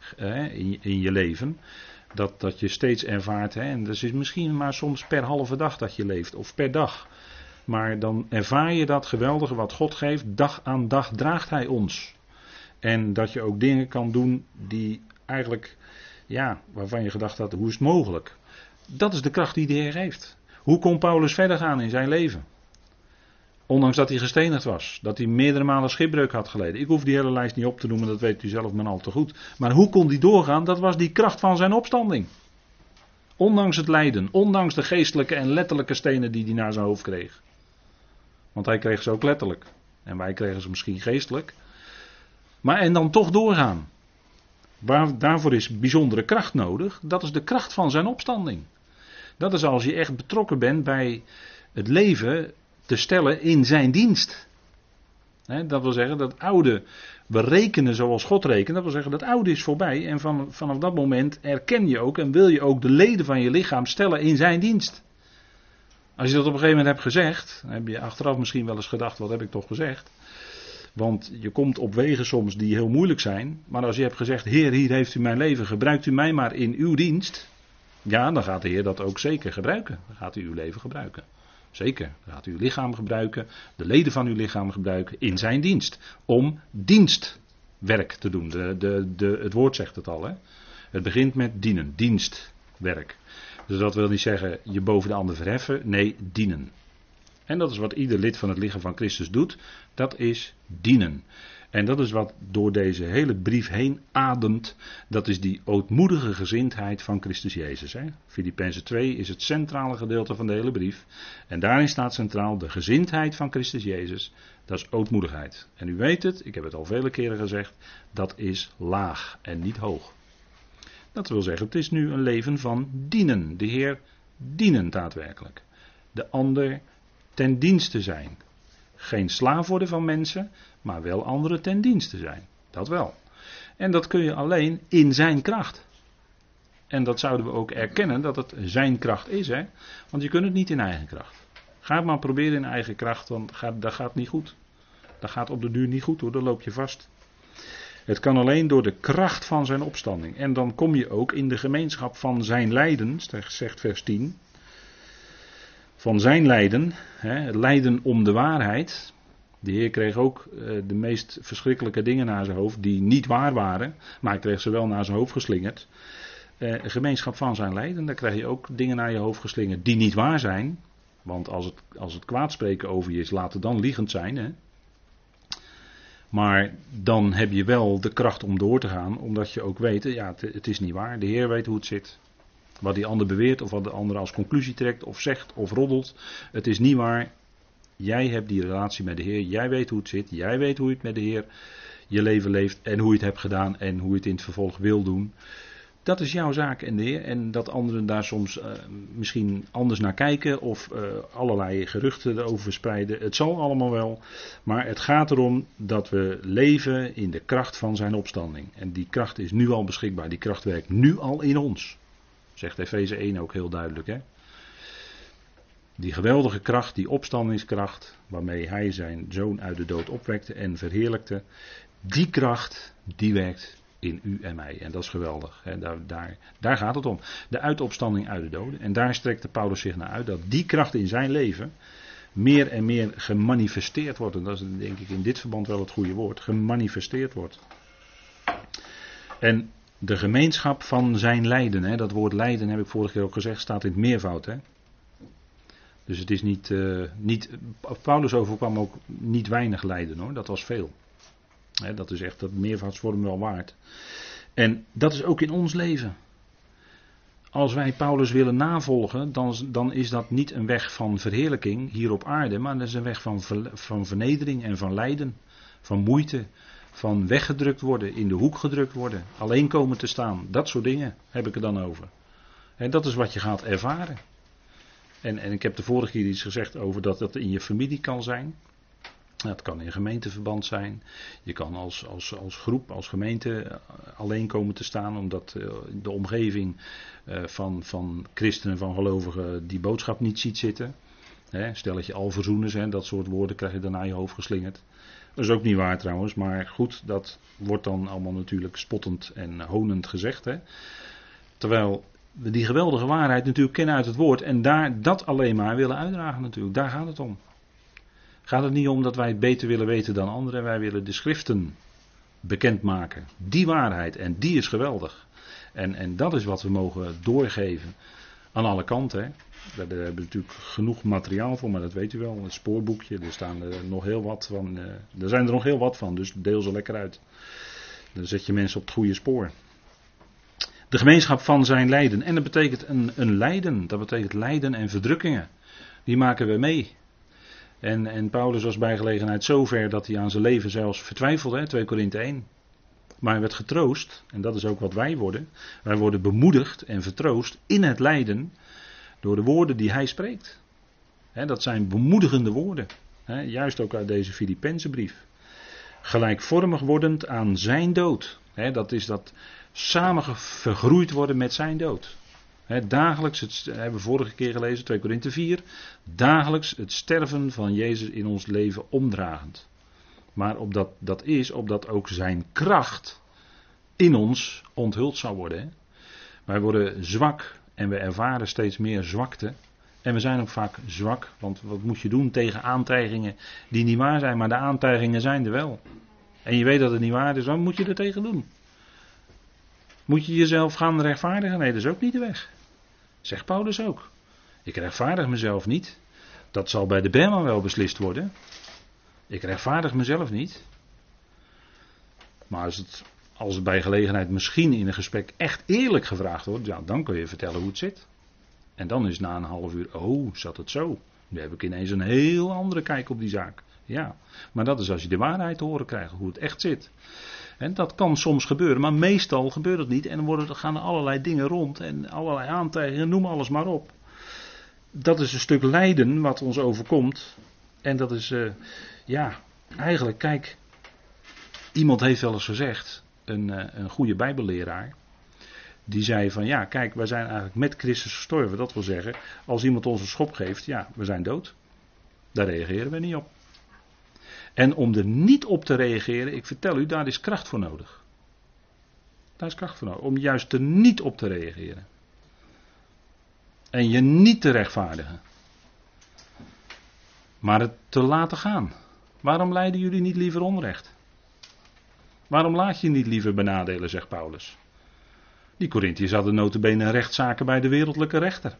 in je leven. Dat je steeds ervaart, en dat is misschien maar soms per halve dag dat je leeft, of per dag. Maar dan ervaar je dat geweldige wat God geeft, dag aan dag draagt hij ons. En dat je ook dingen kan doen die eigenlijk, waarvan je gedacht had, hoe is het mogelijk? Dat is de kracht die de Heer heeft. Hoe kon Paulus verder gaan in zijn leven? Ondanks dat hij gestenigd was. Dat hij meerdere malen schipbreuk had geleden. Ik hoef die hele lijst niet op te noemen, dat weet u zelf maar al te goed. Maar hoe kon hij doorgaan? Dat was die kracht van zijn opstanding. Ondanks het lijden. Ondanks de geestelijke en letterlijke stenen die hij naar zijn hoofd kreeg. Want hij kreeg ze ook letterlijk. En wij kregen ze misschien geestelijk. Maar en dan toch doorgaan. Daarvoor is bijzondere kracht nodig. Dat is de kracht van zijn opstanding. Dat is als je echt betrokken bent bij het leven te stellen in zijn dienst. Dat wil zeggen dat oude, we rekenen zoals God rekent. Dat wil zeggen dat oude is voorbij. En vanaf dat moment erken je ook en wil je ook de leden van je lichaam stellen in zijn dienst. Als je dat op een gegeven moment hebt gezegd, dan heb je achteraf misschien wel eens gedacht, wat heb ik toch gezegd? Want je komt op wegen soms die heel moeilijk zijn. Maar als je hebt gezegd, Heer, hier heeft u mijn leven, gebruikt u mij maar in uw dienst. Ja, dan gaat de Heer dat ook zeker gebruiken. Dan gaat hij uw leven gebruiken. Zeker, dan gaat u uw lichaam gebruiken, de leden van uw lichaam gebruiken in zijn dienst. Om dienstwerk te doen. Het woord zegt het al. Het begint met dienen, dienstwerk. Dus dat wil niet zeggen je boven de ander verheffen, nee, dienen. En dat is wat ieder lid van het lichaam van Christus doet, dat is dienen. En dat is wat door deze hele brief heen ademt. Dat is die ootmoedige gezindheid van Christus Jezus. Filippenzen 2 is het centrale gedeelte van de hele brief. En daarin staat centraal de gezindheid van Christus Jezus. Dat is ootmoedigheid. En u weet het, ik heb het al vele keren gezegd. Dat is laag en niet hoog. Dat wil zeggen, het is nu een leven van dienen. De Heer dienen daadwerkelijk. De ander ten dienste zijn. Geen slaaf worden van mensen, maar wel anderen ten dienste zijn. Dat wel. En dat kun je alleen in zijn kracht. En dat zouden we ook erkennen dat het zijn kracht is. Want je kunt het niet in eigen kracht. Ga het maar proberen in eigen kracht, want dat gaat niet goed. Dat gaat op de duur niet goed hoor, dan loop je vast. Het kan alleen door de kracht van zijn opstanding. En dan kom je ook in de gemeenschap van zijn lijden, zegt vers 10. Van zijn lijden, het lijden om de waarheid. De Heer kreeg ook de meest verschrikkelijke dingen naar zijn hoofd die niet waar waren. Maar hij kreeg ze wel naar zijn hoofd geslingerd. Een gemeenschap van zijn lijden, daar krijg je ook dingen naar je hoofd geslingerd die niet waar zijn. Want als het kwaadspreken over je is, laat het dan liegend zijn. Hè? Maar dan heb je wel de kracht om door te gaan, omdat je ook weet, ja, het is niet waar. De Heer weet hoe het zit. Wat die ander beweert of wat de ander als conclusie trekt of zegt of roddelt. Het is niet waar. Jij hebt die relatie met de Heer. Jij weet hoe het zit. Jij weet hoe je het met de Heer je leven leeft. En hoe je het hebt gedaan. En hoe je het in het vervolg wil doen. Dat is jouw zaak en de Heer. En dat anderen daar soms misschien anders naar kijken. Of allerlei geruchten erover verspreiden. Het zal allemaal wel. Maar het gaat erom dat we leven in de kracht van zijn opstanding. En die kracht is nu al beschikbaar. Die kracht werkt nu al in ons. Zegt Efeze 1 ook heel duidelijk. Hè? Die geweldige kracht, die opstandingskracht, waarmee hij zijn zoon uit de dood opwekte en verheerlijkte. Die kracht, die werkt in u en mij. En dat is geweldig. Hè? Daar gaat het om. De uitopstanding uit de doden. En daar strekte Paulus zich naar uit. Dat die kracht in zijn leven meer en meer gemanifesteerd wordt. En dat is denk ik in dit verband wel het goede woord. Gemanifesteerd wordt. En de gemeenschap van zijn lijden. Hè? Dat woord lijden heb ik vorige keer ook gezegd. Staat in het meervoud. Hè? Dus het is niet Paulus overkwam ook niet weinig lijden hoor. Dat was veel. Hè, dat is echt dat meervoudsvorm wel waard. En dat is ook in ons leven. Als wij Paulus willen navolgen. Dan is dat niet een weg van verheerlijking hier op aarde. Maar dat is een weg van vernedering en van lijden. Van moeite. Van weggedrukt worden. In de hoek gedrukt worden. Alleen komen te staan. Dat soort dingen heb ik er dan over. En dat is wat je gaat ervaren. En ik heb de vorige keer iets gezegd over dat dat in je familie kan zijn. Het kan in gemeenteverband zijn. Je kan als groep, als gemeente alleen komen te staan. Omdat de omgeving van christenen, van gelovigen die boodschap niet ziet zitten. Stelletje alverzoeners, dat soort woorden krijg je dan naar je hoofd geslingerd. Dat is ook niet waar trouwens. Maar goed, dat wordt dan allemaal natuurlijk spottend en honend gezegd. Terwijl we die geweldige waarheid natuurlijk kennen uit het woord. En dat alleen maar willen uitdragen natuurlijk. Daar gaat het om. Gaat het niet om dat wij het beter willen weten dan anderen. Wij willen de schriften bekendmaken. Die waarheid. En die is geweldig. En dat is wat we mogen doorgeven. Aan alle kanten. Daar hebben we natuurlijk genoeg materiaal voor. Maar dat weet u wel. Het spoorboekje. Er staan er nog heel wat van. Er zijn er nog heel wat van. Dus deel ze lekker uit. Dan zet je mensen op het goede spoor. De gemeenschap van zijn lijden. En dat betekent een lijden. Dat betekent lijden en verdrukkingen. Die maken we mee. En Paulus was bij gelegenheid zover dat hij aan zijn leven zelfs vertwijfelde. 2 Korinthe 1. Maar hij werd getroost. En dat is ook wat wij worden. Wij worden bemoedigd en vertroost in het lijden. Door de woorden die hij spreekt. Dat zijn bemoedigende woorden. Juist ook uit deze Filippense brief. Gelijkvormig wordend aan zijn dood. Dat is dat samen vergroeid worden met zijn dood. Dagelijks, dat hebben we vorige keer gelezen, 2 Korinthe 4. Dagelijks het sterven van Jezus in ons leven omdragend. Maar opdat ook zijn kracht in ons onthuld zou worden. Wij worden zwak en we ervaren steeds meer zwakte. En we zijn ook vaak zwak, want wat moet je doen tegen aantijgingen die niet waar zijn, maar de aantijgingen zijn er wel. En je weet dat het niet waar is, wat moet je er tegen doen? Moet je jezelf gaan rechtvaardigen? Nee, dat is ook niet de weg. Zegt Paulus ook. Ik rechtvaardig mezelf niet. Dat zal bij de Berman wel beslist worden. Ik rechtvaardig mezelf niet. Maar als het bij gelegenheid misschien in een gesprek echt eerlijk gevraagd wordt, ja, dan kun je vertellen hoe het zit. En dan is na een half uur, oh, zat het zo? Nu heb ik ineens een heel andere kijk op die zaak. Ja, maar dat is als je de waarheid te horen krijgt, hoe het echt zit. En dat kan soms gebeuren, maar meestal gebeurt het niet. En dan gaan er allerlei dingen rond en allerlei aantijgingen, noem alles maar op. Dat is een stuk lijden wat ons overkomt. En dat is, eigenlijk, kijk, iemand heeft wel eens gezegd, een goede bijbelleraar, die zei van, ja, kijk, wij zijn eigenlijk met Christus gestorven. Dat wil zeggen, als iemand ons een schop geeft, ja, we zijn dood. Daar reageren we niet op. En om er niet op te reageren, ik vertel u, daar is kracht voor nodig. Daar is kracht voor nodig, om juist er niet op te reageren. En je niet te rechtvaardigen. Maar het te laten gaan. Waarom lijden jullie niet liever onrecht? Waarom laat je niet liever benadelen, zegt Paulus. Die Korintiërs hadden nota bene rechtszaken bij de wereldlijke rechter.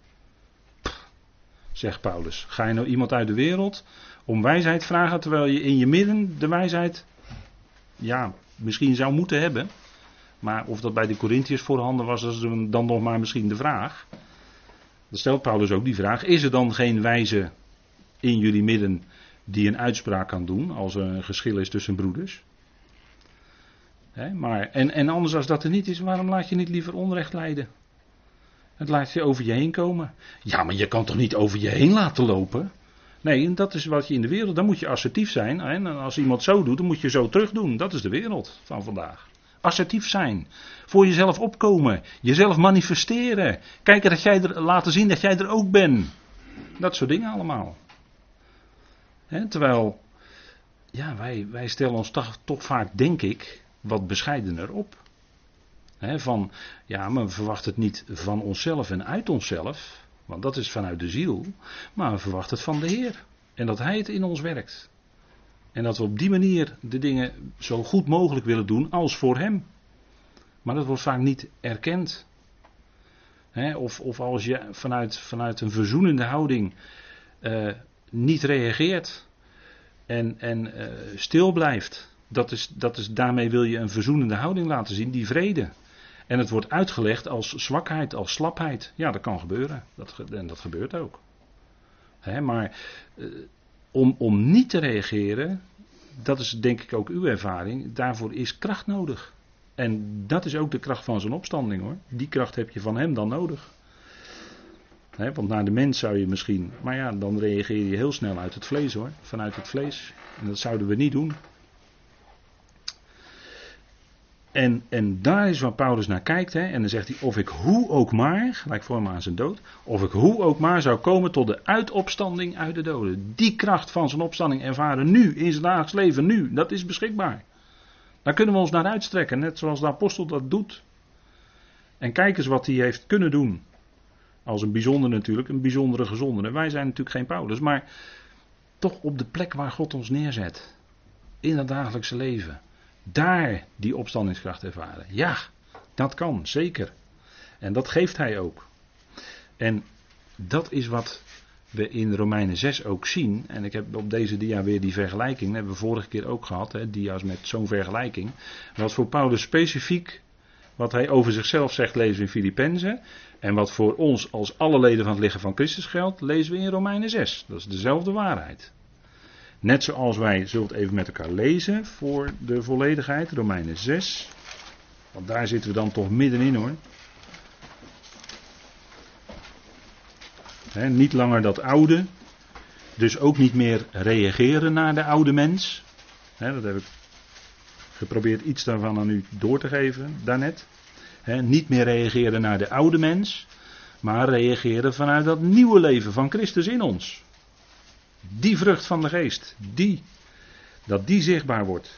Zegt Paulus, ga je nou iemand uit de wereld om wijsheid vragen, terwijl je in je midden de wijsheid, ja, misschien zou moeten hebben. Maar of dat bij de Korintiërs voorhanden was, dat is dan nog maar misschien de vraag. Dan stelt Paulus ook die vraag, is er dan geen wijze in jullie midden die een uitspraak kan doen als er een geschil is tussen broeders? En anders als dat er niet is, waarom laat je niet liever onrecht lijden? Het laat je over je heen komen. Ja, maar je kan toch niet over je heen laten lopen? Nee, dat is wat je in de wereld, dan moet je assertief zijn. En als iemand zo doet, dan moet je zo terug doen. Dat is de wereld van vandaag. Assertief zijn. Voor jezelf opkomen. Jezelf manifesteren. Kijken dat jij laten zien dat jij er ook bent. Dat soort dingen allemaal. Terwijl, ja, wij stellen ons toch vaak, denk ik, wat bescheidener op. Maar we verwachten het niet van onszelf en uit onszelf, want dat is vanuit de ziel, maar we verwachten het van de Heer. En dat Hij het in ons werkt. En dat we op die manier de dingen zo goed mogelijk willen doen als voor Hem. Maar dat wordt vaak niet erkend. Of als je vanuit een verzoenende houding niet reageert en stil blijft. Daarmee wil je een verzoenende houding laten zien, die vrede. En het wordt uitgelegd als zwakheid, als slapheid. Ja, dat kan gebeuren. En dat gebeurt ook. Maar om niet te reageren, dat is denk ik ook uw ervaring, daarvoor is kracht nodig. En dat is ook de kracht van zijn opstanding, hoor. Die kracht heb je van hem dan nodig. Want naar de mens zou je misschien, maar ja, dan reageer je heel snel uit het vlees, hoor. Vanuit het vlees. En dat zouden we niet doen. En daar is waar Paulus naar kijkt. En dan zegt hij, of ik hoe ook maar, gelijk voor hem aan zijn dood, of ik hoe ook maar zou komen tot de uitopstanding uit de doden. Die kracht van zijn opstanding ervaren nu, in zijn dagelijks leven nu, dat is beschikbaar. Daar kunnen we ons naar uitstrekken, net zoals de apostel dat doet. En kijk eens wat hij heeft kunnen doen. Als een bijzonder natuurlijk, een bijzondere gezondene. Wij zijn natuurlijk geen Paulus, maar toch op de plek waar God ons neerzet. In het dagelijkse leven. Daar die opstandingskracht ervaren. Ja, dat kan, zeker. En dat geeft hij ook. En dat is wat we in Romeinen 6 ook zien. En ik heb op deze dia weer die vergelijking. Dat hebben we vorige keer ook gehad. Dia's met zo'n vergelijking. Wat voor Paulus specifiek, wat hij over zichzelf zegt, lezen we in Filippenzen. En wat voor ons als alle leden van het lichaam van Christus geldt, lezen we in Romeinen 6. Dat is dezelfde waarheid. Net zoals wij, zullen we het even met elkaar lezen voor de volledigheid, Romeinen 6. Want daar zitten we dan toch middenin, hoor. Niet langer dat oude. Dus ook niet meer reageren naar de oude mens. Dat heb ik geprobeerd iets daarvan aan u door te geven daarnet. Niet meer reageren naar de oude mens. Maar reageren vanuit dat nieuwe leven van Christus in ons. Die vrucht van de geest, dat die zichtbaar wordt.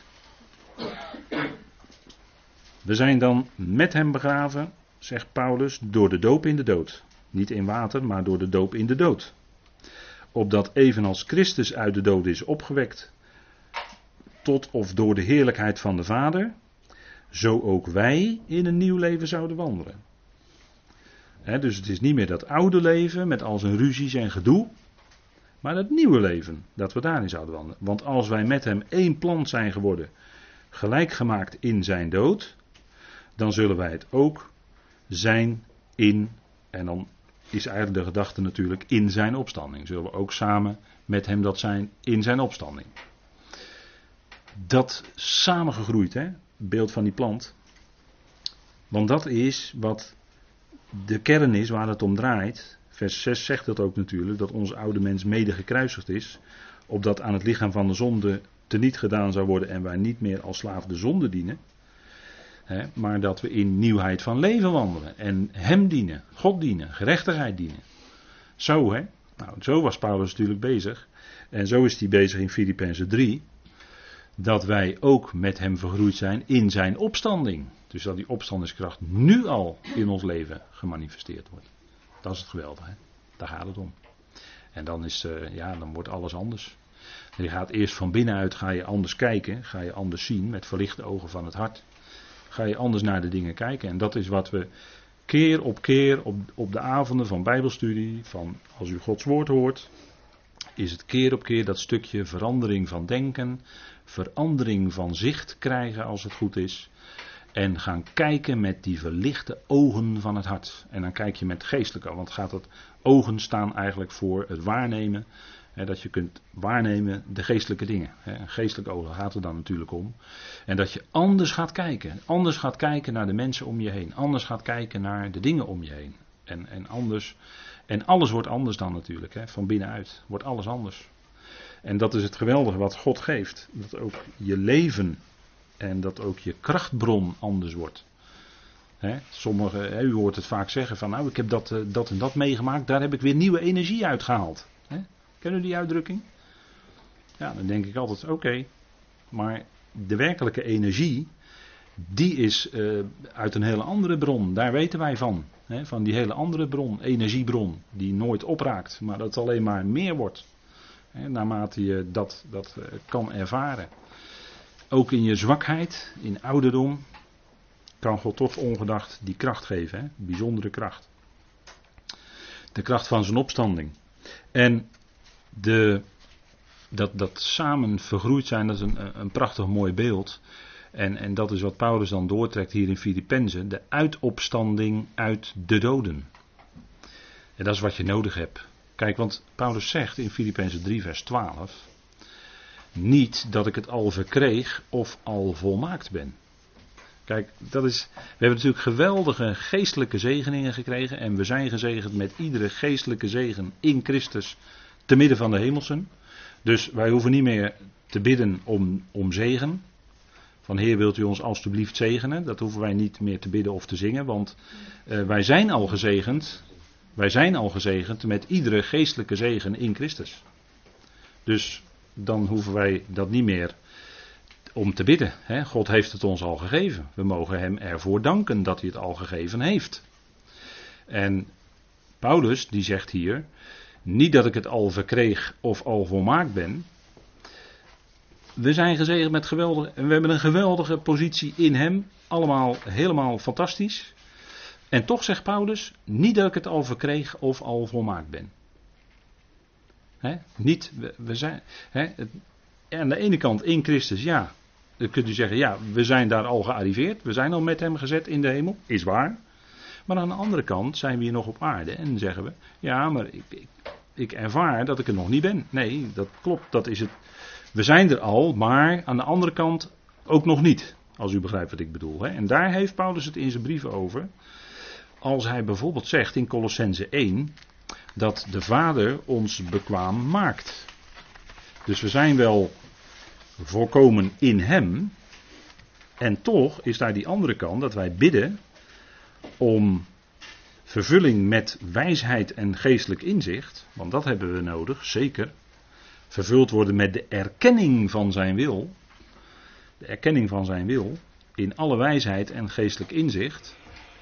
We zijn dan met hem begraven, zegt Paulus, door de doop in de dood. Niet in water, maar door de doop in de dood. Opdat evenals Christus uit de dood is opgewekt, tot of door de heerlijkheid van de Vader, zo ook wij in een nieuw leven zouden wandelen. Dus het is niet meer dat oude leven met al zijn ruzies en gedoe. Maar het nieuwe leven, dat we daarin zouden wandelen. Want als wij met hem één plant zijn geworden, gelijk gemaakt in zijn dood, dan zullen wij het ook zijn in, en dan is eigenlijk de gedachte natuurlijk in zijn opstanding. Zullen we ook samen met hem dat zijn in zijn opstanding. Dat samengegroeid, hè, beeld van die plant. Want dat is wat de kern is waar het om draait. Vers 6 zegt dat ook natuurlijk, dat onze oude mens mede gekruisigd is, opdat aan het lichaam van de zonde teniet gedaan zou worden en wij niet meer als slaaf de zonde dienen. Maar dat we in nieuwheid van leven wandelen en hem dienen, God dienen, gerechtigheid dienen. Zo hè, nou zo was Paulus natuurlijk bezig. En zo is hij bezig in Filippenzen 3, dat wij ook met hem vergroeid zijn in zijn opstanding. Dus dat die opstandingskracht nu al in ons leven gemanifesteerd wordt. Dat is het geweldige, hè? Daar gaat het om. En dan dan wordt alles anders. Je gaat eerst van binnenuit, ga je anders kijken, ga je anders zien met verlichte ogen van het hart. Ga je anders naar de dingen kijken. En dat is wat we keer op de avonden van bijbelstudie, van als u Gods woord hoort, is het keer op keer dat stukje verandering van denken, verandering van zicht krijgen als het goed is. En gaan kijken met die verlichte ogen van het hart. En dan kijk je met geestelijke, want ogen staan eigenlijk voor het waarnemen. Dat je kunt waarnemen de geestelijke dingen. Geestelijke ogen gaat er dan natuurlijk om. En dat je anders gaat kijken. Anders gaat kijken naar de mensen om je heen. Anders gaat kijken naar de dingen om je heen. En alles wordt anders dan natuurlijk. Van binnenuit wordt alles anders. En dat is het geweldige wat God geeft. Dat ook je leven en dat ook je krachtbron anders wordt. U hoort het vaak zeggen van nou ik heb dat en dat meegemaakt. Daar heb ik weer nieuwe energie uit gehaald. Kennen u die uitdrukking? Ja, dan denk ik altijd oké. Maar de werkelijke energie, die is uit een hele andere bron. Daar weten wij van. Van die hele andere bron, energiebron, die nooit opraakt. Maar dat het alleen maar meer wordt. Naarmate je dat kan ervaren. Ook in je zwakheid, in ouderdom, kan God toch ongedacht die kracht geven. Bijzondere kracht. De kracht van zijn opstanding. En dat samen vergroeid zijn, dat is een prachtig mooi beeld. En dat is wat Paulus dan doortrekt hier in Filippenzen. De uitopstanding uit de doden. En dat is wat je nodig hebt. Kijk, want Paulus zegt in Filippenzen 3 vers 12. Niet dat ik het al verkreeg of al volmaakt ben. Kijk, we hebben natuurlijk geweldige geestelijke zegeningen gekregen. En we zijn gezegend met iedere geestelijke zegen in Christus te midden van de hemelsen. Dus wij hoeven niet meer te bidden om zegen. Van Heer, wilt u ons alstublieft zegenen? Dat hoeven wij niet meer te bidden of te zingen. Want wij zijn al gezegend. Wij zijn al gezegend met iedere geestelijke zegen in Christus. Dus dan hoeven wij dat niet meer om te bidden. God heeft het ons al gegeven. We mogen hem ervoor danken dat hij het al gegeven heeft. En Paulus die zegt hier, niet dat ik het al verkreeg of al volmaakt ben. We zijn gezegend met geweldige, en we hebben een geweldige positie in hem. Allemaal helemaal fantastisch. En toch zegt Paulus, niet dat ik het al verkreeg of al volmaakt ben. We zijn, aan de ene kant in Christus, ja, dan kunt u zeggen, ja, we zijn daar al gearriveerd. We zijn al met hem gezet in de hemel, is waar. Maar aan de andere kant zijn we hier nog op aarde en zeggen we, ja, maar ik ervaar dat ik er nog niet ben. Nee, dat klopt, dat is het. We zijn er al, maar aan de andere kant ook nog niet. Als u begrijpt wat ik bedoel. En daar heeft Paulus het in zijn brieven over. Als hij bijvoorbeeld zegt in Colossenzen 1, dat de Vader ons bekwaam maakt. Dus we zijn wel volkomen in hem. En toch is daar die andere kant dat wij bidden om vervulling met wijsheid en geestelijk inzicht. Want dat hebben we nodig, zeker. Vervuld worden met de erkenning van zijn wil. De erkenning van zijn wil. In alle wijsheid en geestelijk inzicht.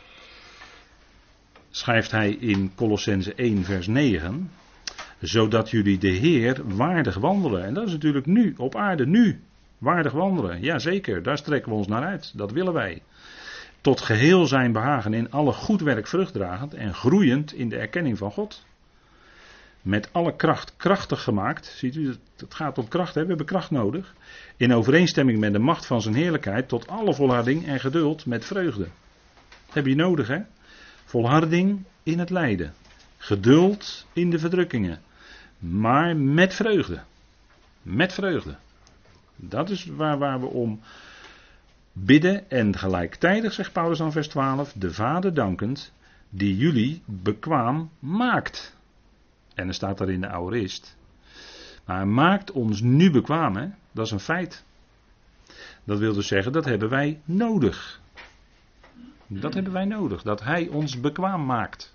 Schrijft hij in Colossenzen 1 vers 9. Zodat jullie de Heer waardig wandelen. En dat is natuurlijk nu, op aarde, nu. Waardig wandelen. Jazeker, daar strekken we ons naar uit. Dat willen wij. Tot geheel zijn behagen in alle goed werk vruchtdragend en groeiend in de erkenning van God. met alle kracht krachtig gemaakt. Ziet u, het gaat om kracht, hè? We hebben kracht nodig. In overeenstemming met de macht van zijn heerlijkheid tot alle volharding en geduld met vreugde. Dat heb je nodig, hè? Volharding in het lijden. Geduld in de verdrukkingen. Maar met vreugde. Met vreugde. Dat is waar we om bidden. En gelijktijdig, zegt Paulus aan vers 12, de Vader dankend, die jullie bekwaam maakt. En er staat daar in de aorist. Maar hij maakt ons nu bekwaam, hè? Dat is een feit. Dat wil dus zeggen, dat hebben wij nodig. Dat hebben wij nodig, dat hij ons bekwaam maakt.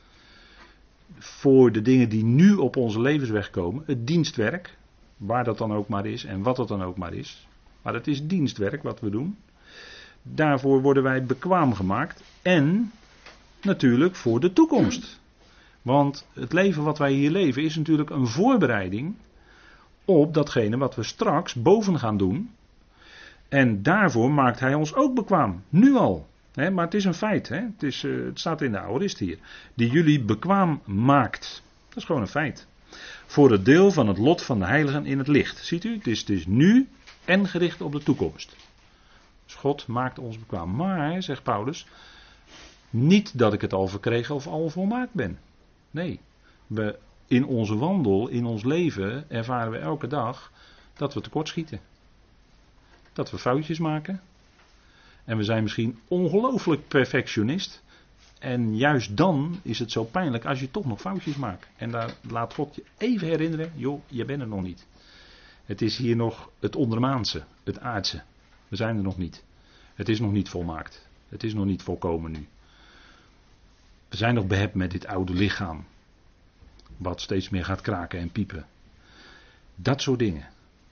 Voor de dingen die nu op onze levensweg komen, het dienstwerk, waar dat dan ook maar is en wat het dan ook maar is. Maar het is dienstwerk wat we doen. Daarvoor worden wij bekwaam gemaakt en natuurlijk voor de toekomst. Want het leven wat wij hier leven is natuurlijk een voorbereiding op datgene wat we straks boven gaan doen. En daarvoor maakt hij ons ook bekwaam, nu al. Maar het is een feit, het staat in de aorist hier. Die jullie bekwaam maakt. Dat is gewoon een feit. Voor het deel van het lot van de heiligen in het licht. Ziet u, het is nu en gericht op de toekomst. Dus God maakt ons bekwaam. Maar, zegt Paulus, niet dat ik het al verkregen of al volmaakt ben. Nee, in onze wandel, in ons leven ervaren we elke dag dat we tekortschieten. Dat we foutjes maken. En we zijn misschien ongelooflijk perfectionist. En juist dan is het zo pijnlijk als je toch nog foutjes maakt. En daar laat God je even herinneren, joh, je bent er nog niet. Het is hier nog het ondermaanse, het aardse. We zijn er nog niet. Het is nog niet volmaakt. Het is nog niet volkomen nu. We zijn nog behept met dit oude lichaam. Wat steeds meer gaat kraken en piepen. Dat soort dingen.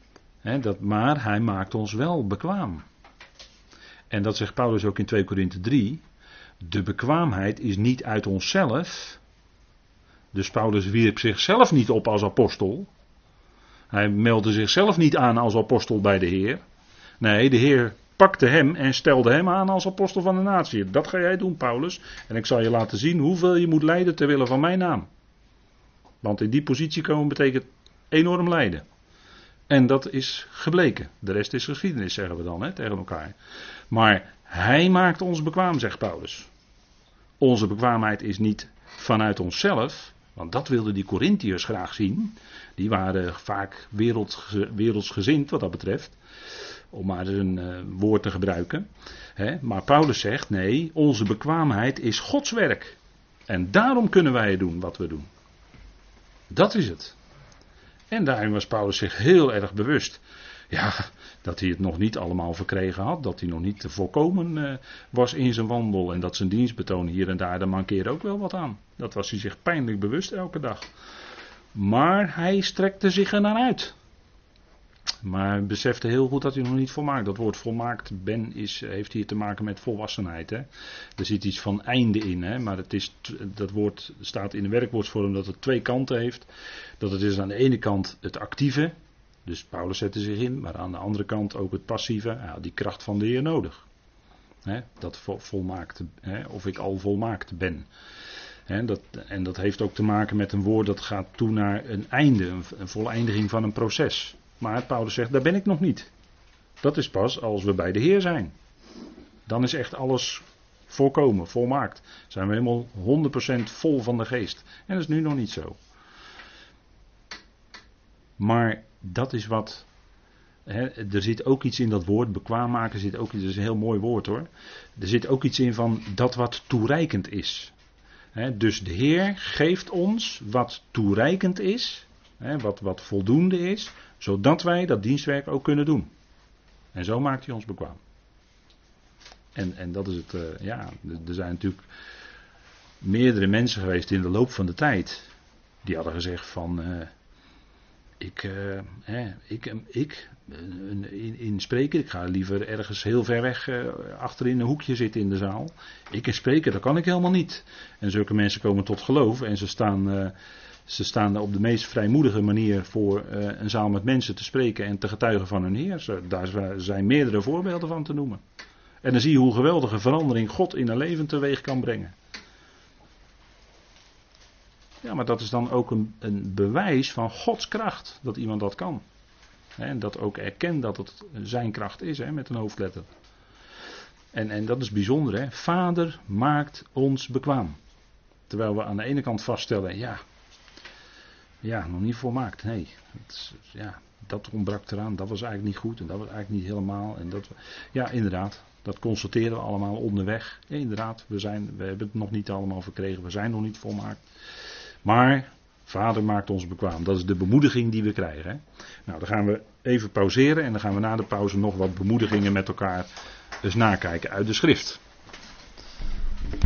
Maar hij maakt ons wel bekwaam. En dat zegt Paulus ook in 2 Korinthe 3. De bekwaamheid is niet uit onszelf. Dus Paulus wierp zichzelf niet op als apostel. Hij meldde zichzelf niet aan als apostel bij de Heer. Nee, de Heer pakte hem en stelde hem aan als apostel van de natie. Dat ga jij doen, Paulus. En ik zal je laten zien hoeveel je moet lijden ter wille van mijn naam. Want in die positie komen betekent enorm lijden. En dat is gebleken. De rest is geschiedenis, zeggen we dan tegen elkaar. Maar hij maakt ons bekwaam, zegt Paulus. Onze bekwaamheid is niet vanuit onszelf. Want dat wilden die Korintiërs graag zien. Die waren vaak wereldsgezind wat dat betreft. Om maar een woord te gebruiken. Maar Paulus zegt, nee, onze bekwaamheid is Gods werk. En daarom kunnen wij doen wat we doen. Dat is het. En daarin was Paulus zich heel erg bewust. Ja, dat hij het nog niet allemaal verkregen had. Dat hij nog niet te volkomen was in zijn wandel. En dat zijn dienstbetoon hier en daar mankeerde ook wel wat aan. Dat was hij zich pijnlijk bewust elke dag. Maar hij strekte zich er naar uit. Maar hij besefte heel goed dat hij nog niet volmaakt. Dat woord volmaakt heeft hier te maken met volwassenheid. Hè? Er zit iets van einde in. Maar dat woord staat in de werkwoordsvorm dat het twee kanten heeft. Dat het is aan de ene kant het actieve. Dus Paulus zette zich in. Maar aan de andere kant ook het passieve. Ja, die kracht van de Heer nodig. Dat volmaakt. Of ik al volmaakt ben. En dat heeft ook te maken met een woord dat gaat toe naar een einde. Een voleindiging van een proces. Maar Paulus zegt, daar ben ik nog niet. Dat is pas als we bij de Heer zijn. Dan is echt alles volkomen, volmaakt. Zijn we helemaal 100% vol van de geest. En dat is nu nog niet zo. Maar dat is wat... er zit ook iets in dat woord, bekwaam maken zit ook iets, dat is een heel mooi woord hoor. Er zit ook iets in van dat wat toereikend is. Dus de Heer geeft ons wat toereikend is, wat voldoende is, zodat wij dat dienstwerk ook kunnen doen. En zo maakt hij ons bekwaam. En dat is het, er zijn natuurlijk meerdere mensen geweest in de loop van de tijd, die hadden gezegd van, in spreken, ik ga liever ergens heel ver weg achter in een hoekje zitten in de zaal. Ik in spreken, dat kan ik helemaal niet. En zulke mensen komen tot geloof en ze staan op de meest vrijmoedige manier voor een zaal met mensen te spreken en te getuigen van hun Heer. Daar zijn meerdere voorbeelden van te noemen. En dan zie je hoe geweldige verandering God in een leven teweeg kan brengen. Ja, maar dat is dan ook een bewijs van Gods kracht, dat iemand dat kan. En dat ook erkent dat het zijn kracht is, met een hoofdletter. En dat is bijzonder, hè. Vader maakt ons bekwaam. Terwijl we aan de ene kant vaststellen, ja, nog niet volmaakt. Nee, dat ontbrak eraan, dat was eigenlijk niet goed en dat was eigenlijk niet helemaal. Ja, inderdaad, dat constateren we allemaal onderweg. Ja, inderdaad, we hebben het nog niet allemaal verkregen, we zijn nog niet volmaakt. Maar Vader maakt ons bekwaam. Dat is de bemoediging die we krijgen. Hè? Nou, dan gaan we even pauzeren en dan gaan we na de pauze nog wat bemoedigingen met elkaar eens nakijken uit de schrift.